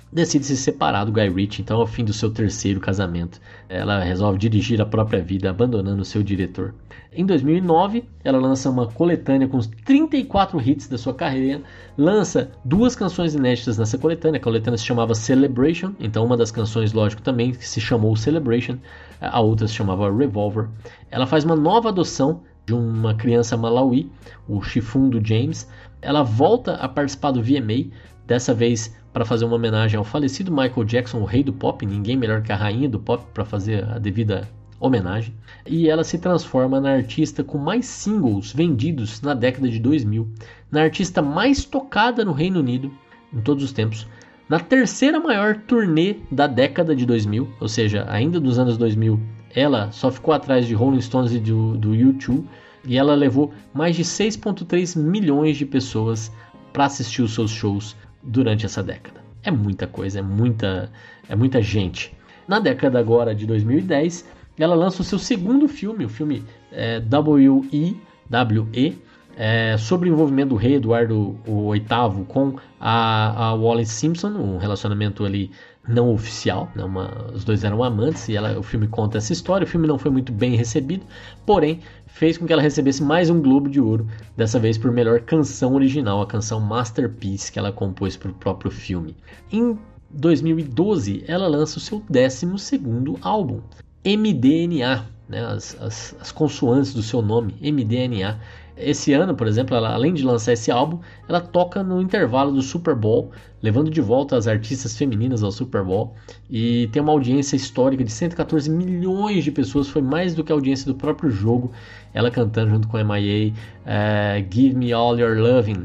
decide se separar do Guy Ritchie, então ao fim do seu terceiro casamento. Ela resolve dirigir a própria vida, abandonando o seu diretor. Em dois mil e nove, ela lança uma coletânea com os trinta e quatro hits da sua carreira, lança duas canções inéditas nessa coletânea. A coletânea se chamava Celebration, então uma das canções, lógico, também que se chamou Celebration, a outra se chamava Revolver. Ela faz uma nova adoção de uma criança malawi, o Chifundo James. Ela volta a participar do V M A, dessa vez para fazer uma homenagem ao falecido Michael Jackson, o rei do pop, ninguém melhor que a rainha do pop para fazer a devida homenagem. E ela se transforma na artista com mais singles vendidos na década de dois mil, na artista mais tocada no Reino Unido em todos os tempos, na terceira maior turnê da década de dois mil, ou seja, ainda dos anos dois mil, ela só ficou atrás de Rolling Stones e do, do U dois, e ela levou mais de seis vírgula três milhões de pessoas para assistir os seus shows durante essa década. É muita coisa, é muita, é muita gente. Na década agora de dois mil e dez, ela lança o seu segundo filme, o filme é, W E W E, é, sobre o envolvimento do rei Eduardo oitavo com a, a Wallis Simpson, um relacionamento ali não oficial, né? Uma, os dois eram amantes e ela, o filme conta essa história. O filme não foi muito bem recebido, porém fez com que ela recebesse mais um Globo de Ouro, dessa vez por melhor canção original, a canção Masterpiece que ela compôs para o próprio filme. Em dois mil e doze, ela lança o seu décimo segundo álbum, M D N A, né? as, as, as consoantes do seu nome, M D N A. Esse ano, por exemplo, ela, além de lançar esse álbum, ela toca no intervalo do Super Bowl, levando de volta as artistas femininas ao Super Bowl, e tem uma audiência histórica de cento e quatorze milhões de pessoas, foi mais do que a audiência do próprio jogo, ela cantando junto com a M I A, uh, Give Me All Your Loving,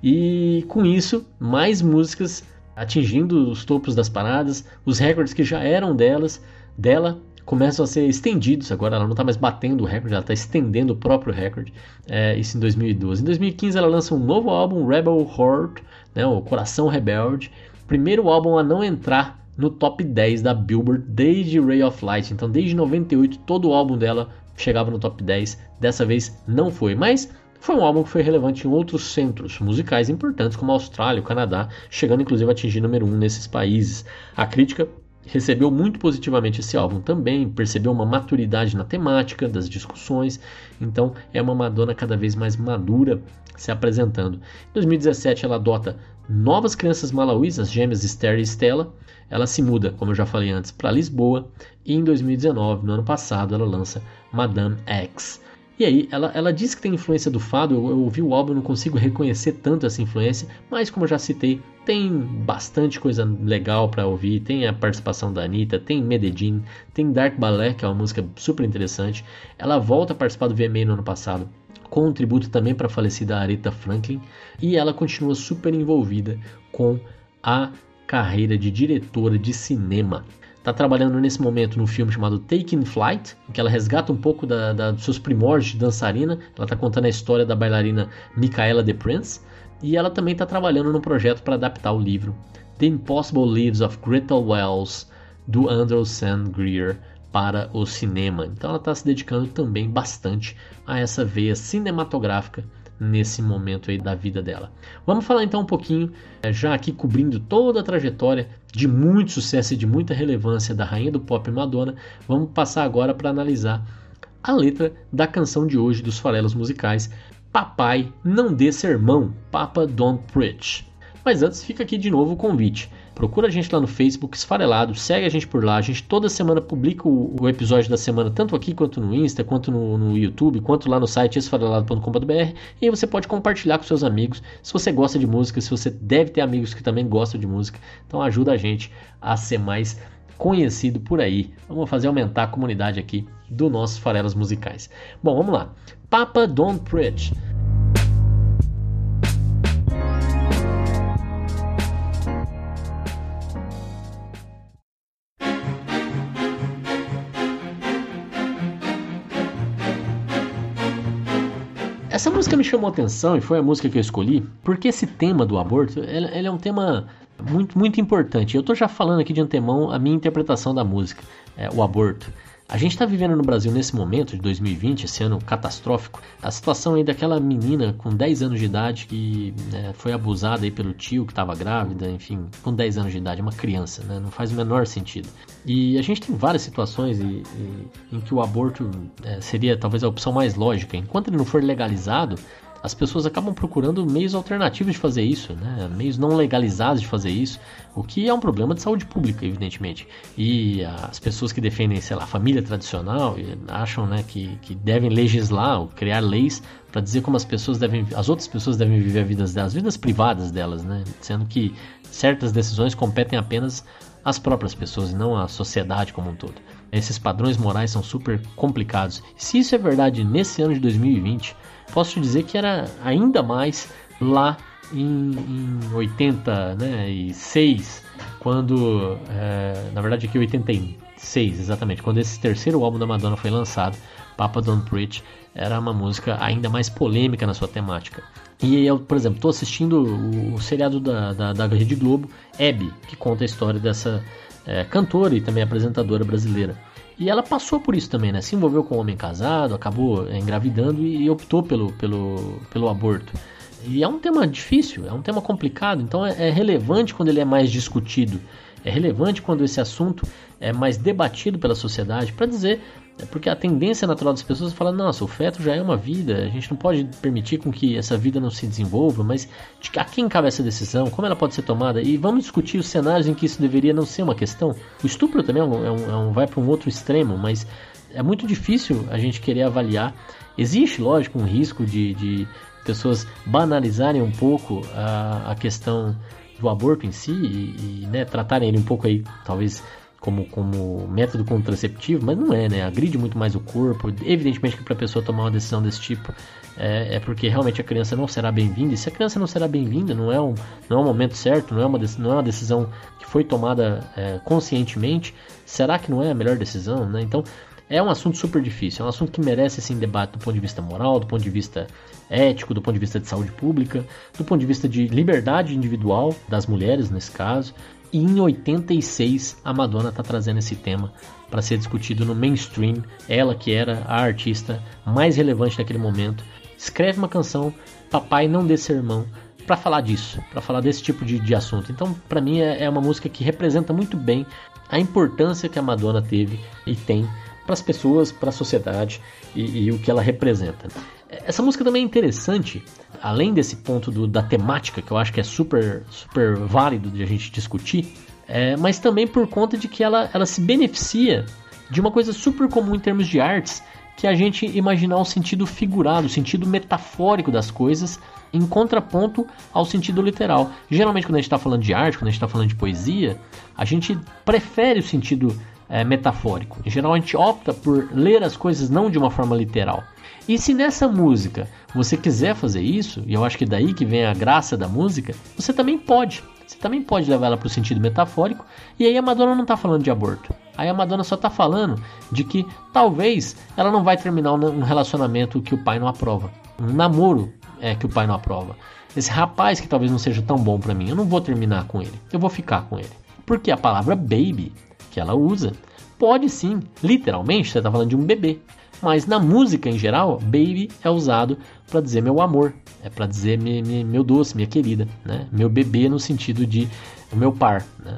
e com isso, mais músicas atingindo os topos das paradas, os recordes que já eram delas, dela, começam a ser estendidos. Agora ela não está mais batendo o recorde, ela está estendendo o próprio recorde. É, isso em dois mil e doze. Em dois mil e quinze ela lança um novo álbum, Rebel Heart, né, o Coração Rebelde, primeiro álbum a não entrar no top dez da Billboard desde Ray of Light. Então desde noventa e oito todo o álbum dela chegava no top dez, dessa vez não foi, mas foi um álbum que foi relevante em outros centros musicais importantes como a Austrália, o Canadá, chegando inclusive a atingir número um nesses países. A crítica recebeu muito positivamente esse álbum também, percebeu uma maturidade na temática das discussões, então é uma Madonna cada vez mais madura se apresentando. Em dois mil e dezessete ela adota novas crianças malauís, as gêmeas Esther e Stella, ela se muda, como eu já falei antes, para Lisboa, e em dois mil e dezenove, no ano passado, ela lança Madame X. E aí, ela, ela diz que tem influência do fado, eu, eu ouvi o álbum e não consigo reconhecer tanto essa influência, mas como eu já citei, tem bastante coisa legal para ouvir, tem a participação da Anitta, tem Medellín, tem Dark Ballet, que é uma música super interessante. Ela volta a participar do V M A no ano passado, com um tributo também para a falecida Aretha Franklin, e ela continua super envolvida com a carreira de diretora de cinema. Está trabalhando nesse momento num filme chamado Taking Flight, em que ela resgata um pouco da, da, dos seus primórdios de dançarina. Ela está contando a história da bailarina Micaela de Prince. E ela também está trabalhando num projeto para adaptar o livro The Impossible Lives of Gretel Wells, do Andrew St. Greer, para o cinema. Então ela está se dedicando também bastante a essa veia cinematográfica nesse momento aí da vida dela. Vamos falar então um pouquinho, já aqui cobrindo toda a trajetória de muito sucesso e de muita relevância da rainha do pop Madonna, vamos passar agora para analisar a letra da canção de hoje dos Farelos Musicais, Papai Não Dê Sermão, Papa Don't Preach. Mas antes fica aqui de novo o convite. Procura a gente lá no Facebook, Esfarelado, segue a gente por lá. A gente toda semana publica o, o episódio da semana, tanto aqui quanto no Insta, quanto no, no YouTube, quanto lá no site esfarelado ponto com ponto b r. E aí você pode compartilhar com seus amigos. Se você gosta de música, se você deve ter amigos que também gostam de música, então ajuda a gente a ser mais conhecido por aí. Vamos fazer aumentar a comunidade aqui do nossos Farelos Musicais. Bom, vamos lá. Papa Don't Preach. Essa música me chamou a atenção e foi a música que eu escolhi porque esse tema do aborto, ele, ele é um tema muito, muito importante. Eu estou já falando aqui de antemão a minha interpretação da música, é, o aborto. A gente está vivendo no Brasil nesse momento de dois mil e vinte, esse ano catastrófico, a situação aí daquela menina com dez anos de idade que né, foi abusada aí pelo tio que estava grávida, enfim, com dez anos de idade, uma criança, né, não faz o menor sentido. E a gente tem várias situações e, e, em que o aborto é, seria talvez a opção mais lógica. Enquanto ele não for legalizado, as pessoas acabam procurando meios alternativos de fazer isso, né? Meios não legalizados de fazer isso, o que é um problema de saúde pública, evidentemente. E as pessoas que defendem, sei lá, a família tradicional, acham né, que, que devem legislar ou criar leis para dizer como as pessoas devem, as outras pessoas devem viver a vidas delas, vidas privadas delas, né? Sendo que certas decisões competem apenas às próprias pessoas e não à sociedade como um todo. Esses padrões morais são super complicados. Se isso é verdade nesse ano de dois mil e vinte, posso te dizer que era ainda mais lá em, em oitenta e seis, quando, é, na verdade aqui oitenta e seis exatamente, quando esse terceiro álbum da Madonna foi lançado, Papa Don't Preach, era uma música ainda mais polêmica na sua temática. E eu, por exemplo, estou assistindo o, o seriado da, da, da Rede Globo, Abby, que conta a história dessa é, cantora e também apresentadora brasileira. E ela passou por isso também, né? Se envolveu com um homem casado, acabou é, engravidando e optou pelo, pelo, pelo aborto. E é um tema difícil, é um tema complicado, então é, é relevante quando ele é mais discutido. É relevante quando esse assunto é mais debatido pela sociedade, para dizer, é porque a tendência natural das pessoas é falar, nossa, o feto já é uma vida, a gente não pode permitir com que essa vida não se desenvolva, mas de a quem cabe essa decisão, como ela pode ser tomada, e vamos discutir os cenários em que isso deveria não ser uma questão. O estupro também é um, é um, é um, vai para um outro extremo, mas é muito difícil a gente querer avaliar. Existe, lógico, um risco de, de pessoas banalizarem um pouco a, a questão do aborto em si e, e né, tratarem ele um pouco aí, talvez como, como método contraceptivo, mas não é, né? Agride muito mais o corpo. Evidentemente que para a pessoa tomar uma decisão desse tipo é, é porque realmente a criança não será bem-vinda, e se a criança não será bem-vinda, não é um, não é um momento certo, não é uma, não é uma decisão que foi tomada é, conscientemente, será que não é a melhor decisão, né? Então é um assunto super difícil, é um assunto que merece esse debate do ponto de vista moral, do ponto de vista ético, do ponto de vista de saúde pública, do ponto de vista de liberdade individual das mulheres, nesse caso. E em oitenta e seis a Madonna está trazendo esse tema para ser discutido no mainstream. Ela, que era a artista mais relevante naquele momento, escreve uma canção, Papai Não Dê Sermão, para falar disso, para falar desse tipo de, de assunto. Então, para mim, é, é uma música que representa muito bem a importância que a Madonna teve e tem para as pessoas, para a sociedade e, e o que ela representa. Essa música também é interessante, além desse ponto do, da temática, que eu acho que é super, super válido de a gente discutir, é, mas também por conta de que ela, ela se beneficia de uma coisa super comum em termos de artes, que é a gente imaginar o sentido figurado, o sentido metafórico das coisas, em contraponto ao sentido literal. Geralmente, quando a gente está falando de arte, quando a gente está falando de poesia, a gente prefere o sentido é, metafórico. Em geral, a gente opta por ler as coisas não de uma forma literal. E se nessa música você quiser fazer isso, e eu acho que daí que vem a graça da música, você também pode. Você também pode levar ela para o sentido metafórico, e aí a Madonna não está falando de aborto. Aí a Madonna só está falando de que talvez ela não vai terminar um relacionamento que o pai não aprova. Um namoro é, que o pai não aprova. Esse rapaz que talvez não seja tão bom para mim, eu não vou terminar com ele, eu vou ficar com ele. Porque a palavra baby que ela usa pode sim, literalmente, você está falando de um bebê. Mas na música em geral, baby é usado para dizer meu amor, é para dizer me, me, meu doce, minha querida, né? Meu bebê no sentido de o meu par, né?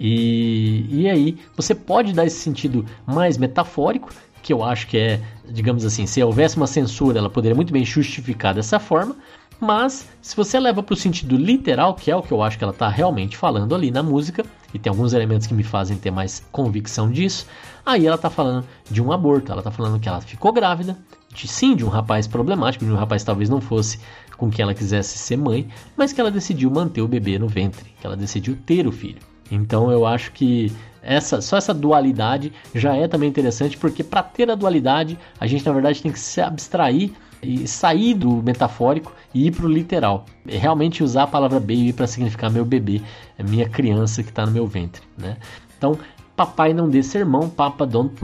E, e aí você pode dar esse sentido mais metafórico, que eu acho que é, digamos assim, se houvesse uma censura, ela poderia muito bem justificar dessa forma. Mas se você leva para o sentido literal, que é o que eu acho que ela está realmente falando ali na música, e tem alguns elementos que me fazem ter mais convicção disso, aí ela está falando de um aborto, ela está falando que ela ficou grávida, de, sim, de um rapaz problemático, de um rapaz que talvez não fosse com quem ela quisesse ser mãe, mas que ela decidiu manter o bebê no ventre, que ela decidiu ter o filho. Então eu acho que essa, só essa dualidade já é também interessante, porque para ter a dualidade, a gente na verdade tem que se abstrair e sair do metafórico e ir para o literal. É realmente usar a palavra baby para significar meu bebê, minha criança que está no meu ventre, né? Então, papai não dê sermão, Papa Don't Preach,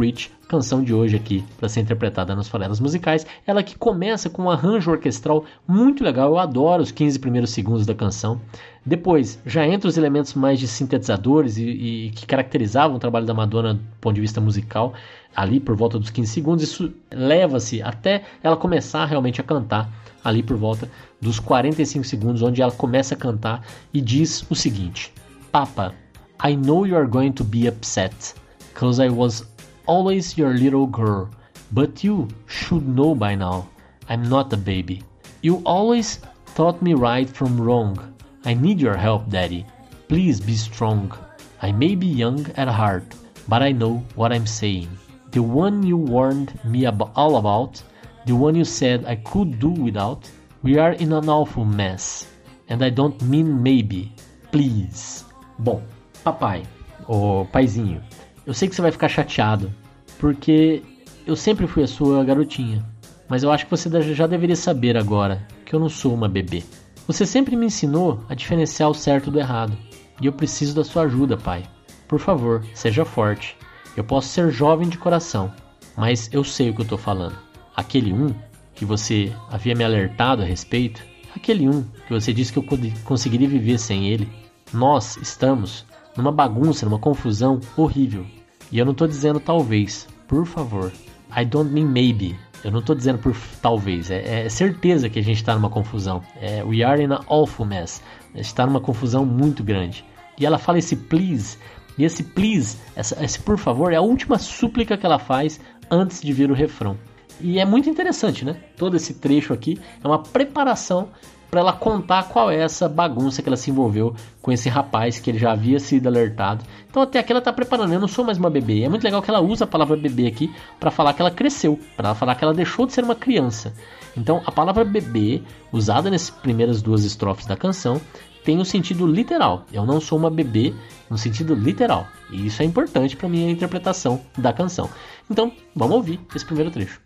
canção de hoje aqui para ser interpretada nas Farelas Musicais. Ela que começa com um arranjo orquestral muito legal, eu adoro os quinze primeiros segundos da canção. Depois já entra os elementos mais de sintetizadores e, e que caracterizavam o trabalho da Madonna do ponto de vista musical, ali por volta dos quinze segundos. Isso leva-se até ela começar realmente a cantar, ali por volta dos quarenta e cinco segundos, onde ela começa a cantar e diz o seguinte: Papa, I know you are going to be upset, cause I was always your little girl, but you should know by now, I'm not a baby. You always taught me right from wrong. I need your help, Daddy. Please be strong. I may be young at heart, but I know what I'm saying. The one you warned me ab- all about, the one you said I could do without, we are in an awful mess. And I don't mean maybe. Please. Bom, papai, ô paizinho, eu sei que você vai ficar chateado, porque eu sempre fui a sua garotinha. Mas eu acho que você já deveria saber agora que eu não sou uma bebê. Você sempre me ensinou a diferenciar o certo do errado. E eu preciso da sua ajuda, pai. Por favor, seja forte. Eu posso ser jovem de coração, mas eu sei o que eu estou falando. Aquele um que você havia me alertado a respeito, aquele um que você disse que eu conseguiria viver sem ele, nós estamos numa bagunça, numa confusão horrível. E eu não estou dizendo talvez, por favor. I don't mean maybe. Eu não estou dizendo por talvez. É, é certeza que a gente está numa confusão. É, we are in an awful mess. A gente está numa confusão muito grande. E ela fala esse please. E esse please, essa, esse por favor, é a última súplica que ela faz antes de vir o refrão. E é muito interessante, né? Todo esse trecho aqui é uma preparação para ela contar qual é essa bagunça que ela se envolveu com esse rapaz que ele já havia sido alertado. Então até aqui ela está preparando, eu não sou mais uma bebê. É muito legal que ela usa a palavra bebê aqui para falar que ela cresceu, para falar que ela deixou de ser uma criança. Então a palavra bebê, usada nessas primeiras duas estrofes da canção, tem o um sentido literal. Eu não sou uma bebê no sentido literal. E isso é importante para minha interpretação da canção. Então vamos ouvir esse primeiro trecho.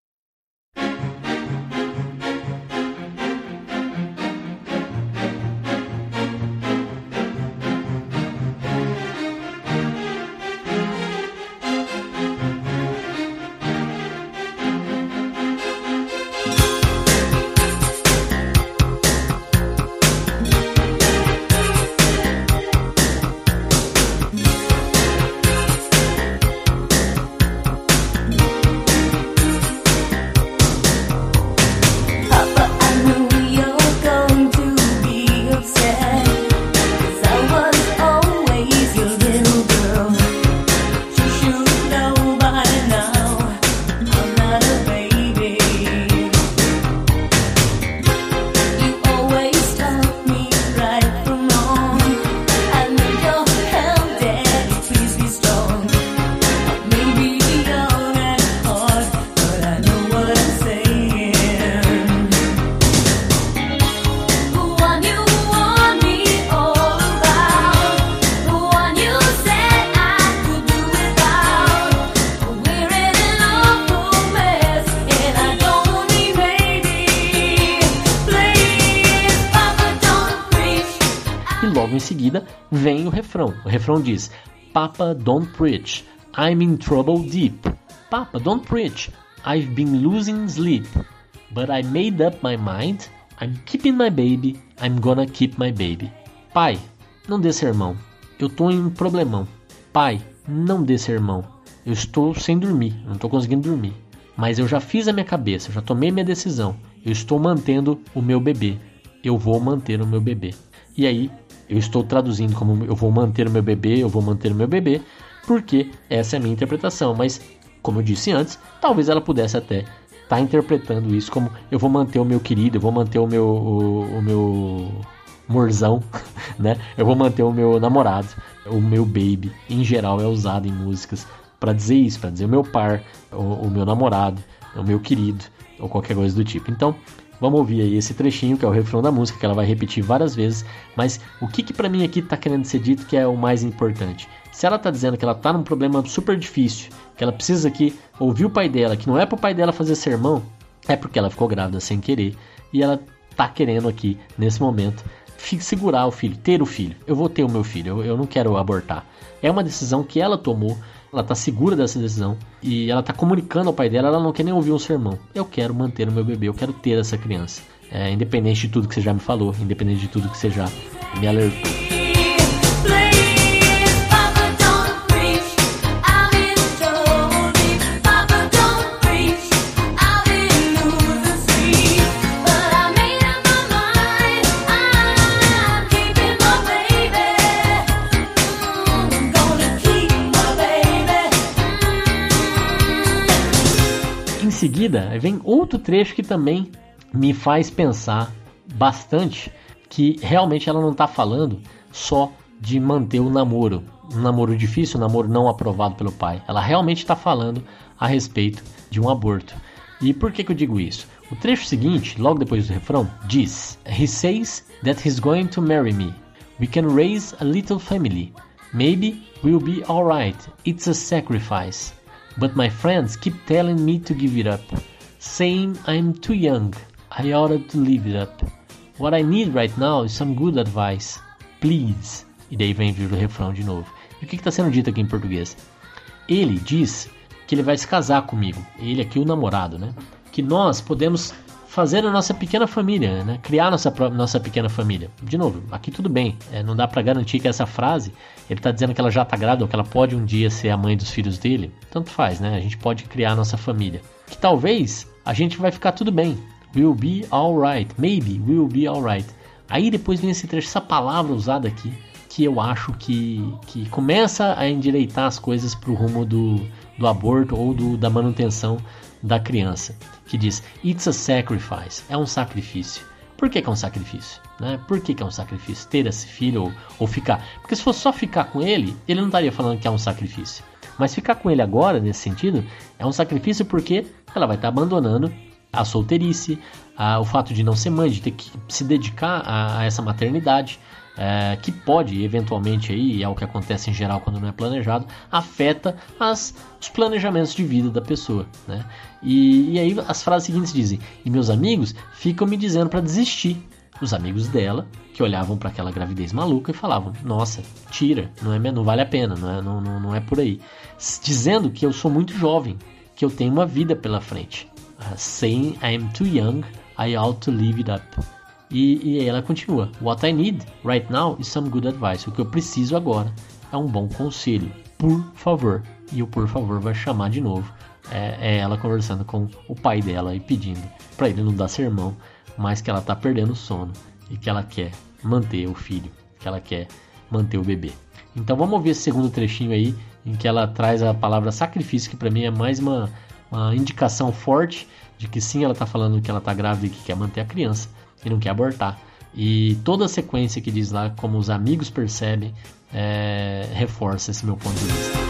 Logo em seguida vem o refrão. O refrão diz: Papa, don't preach, I'm in trouble deep. Papa, don't preach, I've been losing sleep. But I made up my mind, I'm keeping my baby, I'm gonna keep my baby. Pai, não dê sermão, eu tô em um problemão. Pai, não dê sermão, eu estou sem dormir, não estou conseguindo dormir. Mas eu já fiz a minha cabeça, eu já tomei minha decisão. Eu estou mantendo o meu bebê. Eu vou manter o meu bebê. E aí, eu estou traduzindo como eu vou manter o meu bebê, eu vou manter o meu bebê, porque essa é a minha interpretação. Mas, como eu disse antes, talvez ela pudesse até estar tá interpretando isso como eu vou manter o meu querido, eu vou manter o meu, o, o meu morzão, né? Eu vou manter o meu namorado, o meu baby. Em geral é usado em músicas para dizer isso, para dizer o meu par, o, o meu namorado, o meu querido, ou qualquer coisa do tipo. Então, vamos ouvir aí esse trechinho, que é o refrão da música, que ela vai repetir várias vezes. Mas o que que pra mim aqui tá querendo ser dito que é o mais importante? Se ela tá dizendo que ela tá num problema super difícil, que ela precisa aqui ouvir o pai dela, que não é pro pai dela fazer sermão, é porque ela ficou grávida sem querer. E ela tá querendo aqui, nesse momento, segurar o filho, ter o filho. Eu vou ter o meu filho, eu, eu não quero abortar. É uma decisão que ela tomou ela tá segura dessa decisão e ela tá comunicando ao pai dela, ela não quer nem ouvir um sermão. Eu quero manter o meu bebê, eu quero ter essa criança. É, independente de tudo que você já me falou, independente de tudo que você já me alertou. Em seguida, vem outro trecho que também me faz pensar bastante que realmente ela não está falando só de manter o namoro, um namoro difícil, um namoro não aprovado pelo pai. Ela realmente está falando a respeito de um aborto. E por que que eu digo isso? O trecho seguinte, logo depois do refrão, diz: He says that he's going to marry me. We can raise a little family. Maybe we'll be alright. It's a sacrifice. But my friends keep telling me to give it up, saying I'm too young. I ought to leave it up. What I need right now is some good advice. Please. E daí vem vir o refrão de novo. E o que está sendo dito aqui em português? Ele diz que ele vai se casar comigo. Ele aqui, o namorado, né? Que nós podemos fazer a nossa pequena família, né? Criar nossa, nossa pequena família. De novo, aqui tudo bem. É, não dá para garantir que essa frase, ele está dizendo que ela já está grávida ou que ela pode um dia ser a mãe dos filhos dele. Tanto faz, né? A gente pode criar a nossa família. Que talvez a gente vai ficar tudo bem. We'll be alright. Maybe we'll be alright. Aí depois vem esse trecho, essa palavra usada aqui, que eu acho que, que começa a endireitar as coisas para o rumo do, do aborto ou do, da manutenção da criança. Que diz, it's a sacrifice. É um sacrifício. Por que que é um sacrifício? Né? Por que que é um sacrifício? Ter esse filho ou, ou ficar? Porque se fosse só ficar com ele, ele não estaria falando que é um sacrifício. Mas ficar com ele agora, nesse sentido, é um sacrifício porque ela vai estar abandonando a solteirice, a, o fato de não ser mãe, de ter que se dedicar a, a essa maternidade, é, que pode, eventualmente, aí, é o que acontece em geral quando não é planejado, afeta as, os planejamentos de vida da pessoa, né? E, e aí as frases seguintes dizem, e meus amigos ficam me dizendo para desistir. Os amigos dela, que olhavam para aquela gravidez maluca e falavam, nossa, tira, não, é, não vale a pena, não é, não, não, não é por aí. Dizendo que eu sou muito jovem, que eu tenho uma vida pela frente. Uh, saying I'm too young, I ought to leave it up. E, e aí ela continua, what I need right now is some good advice. O que eu preciso agora é um bom conselho, por favor. E o por favor vai chamar de novo. É, é ela conversando com o pai dela e pedindo para ele não dar sermão, mas que ela tá perdendo o sono e que ela quer manter o filho, que ela quer manter o bebê. Então vamos ouvir esse segundo trechinho aí, em que ela traz a palavra sacrifício, que para mim é mais uma, uma indicação forte de que sim, ela tá falando que ela tá grávida e que quer manter a criança e não quer abortar. E toda a sequência que diz lá, como os amigos percebem, é, reforça esse meu ponto de vista.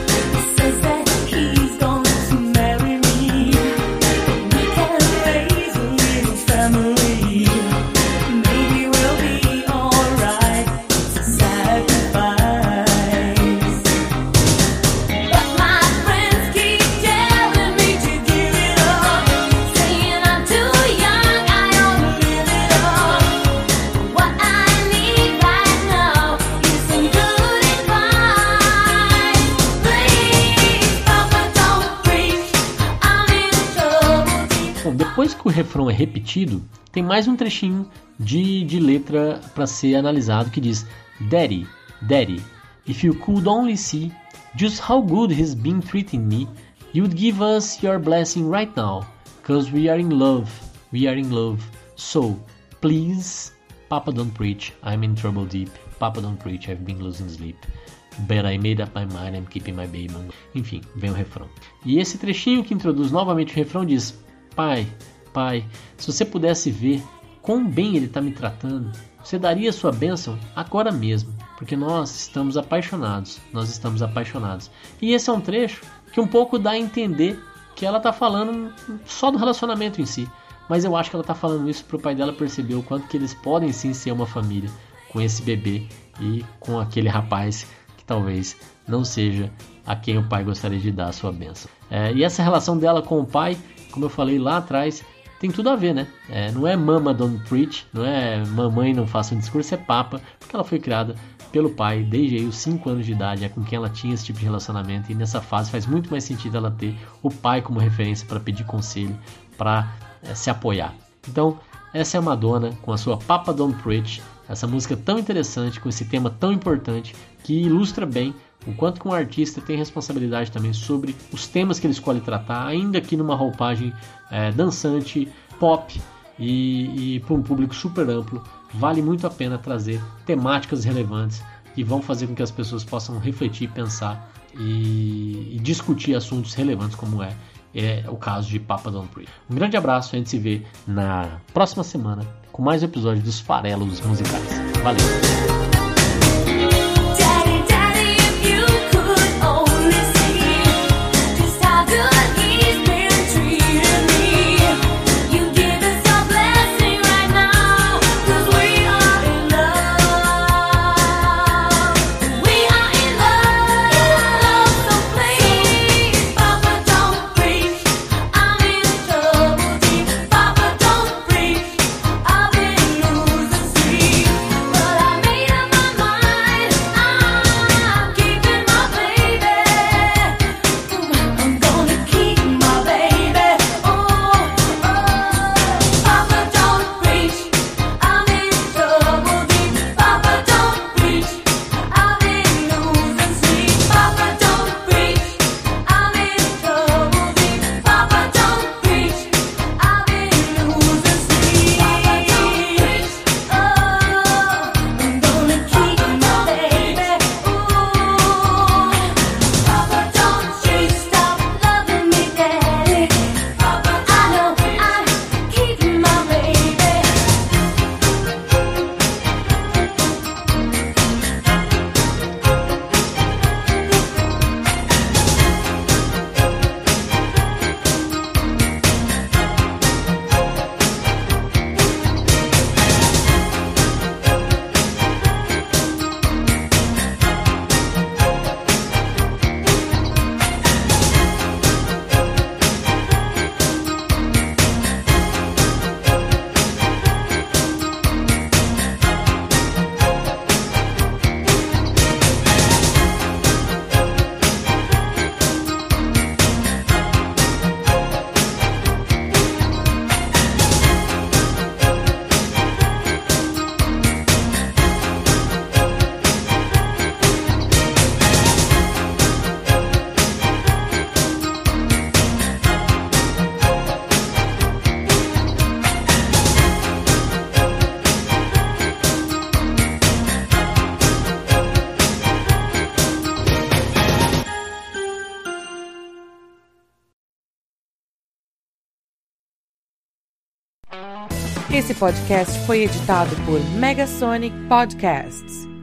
Depois que o refrão é repetido, tem mais um trechinho de, de letra para ser analisado que diz Daddy, Daddy, if you could only see just how good he's been treating me, you'd give us your blessing right now, cause we are in love, we are in love, so please, Papa don't preach, I'm in trouble deep, Papa don't preach, I've been losing sleep, but I made up my mind, I'm keeping my baby. Enfim, vem o refrão. E esse trechinho que introduz novamente o refrão diz Pai, pai, se você pudesse ver quão bem ele está me tratando, você daria sua bênção agora mesmo, porque nós estamos apaixonados, nós estamos apaixonados. E esse é um trecho que um pouco dá a entender que ela está falando só do relacionamento em si, mas eu acho que ela está falando isso para o pai dela perceber o quanto que eles podem sim ser uma família com esse bebê e com aquele rapaz que talvez não seja a quem o pai gostaria de dar a sua bênção. É, e essa relação dela com o pai, como eu falei lá atrás, tem tudo a ver, né? É, não é Mama Don't Preach, não é Mamãe Não Faça um Discurso, é Papa, porque ela foi criada pelo pai desde aí os cinco anos de idade, é com quem ela tinha esse tipo de relacionamento, e nessa fase faz muito mais sentido ela ter o pai como referência para pedir conselho, para é, se apoiar. Então, essa é a Madonna com a sua Papa Don't Preach, essa música tão interessante, com esse tema tão importante, que ilustra bem o quanto que um artista tem responsabilidade também sobre os temas que ele escolhe tratar, ainda que numa roupagem é, dançante, pop, e, e para um público super amplo. Vale muito a pena trazer temáticas relevantes que vão fazer com que as pessoas possam refletir, pensar e, e discutir assuntos relevantes, como é, é o caso de Papa Don't Preach. Um grande abraço, a gente se vê na próxima semana com mais um episódio dos Farelos Musicais. Valeu! Esse podcast foi editado por Megasonic Podcasts.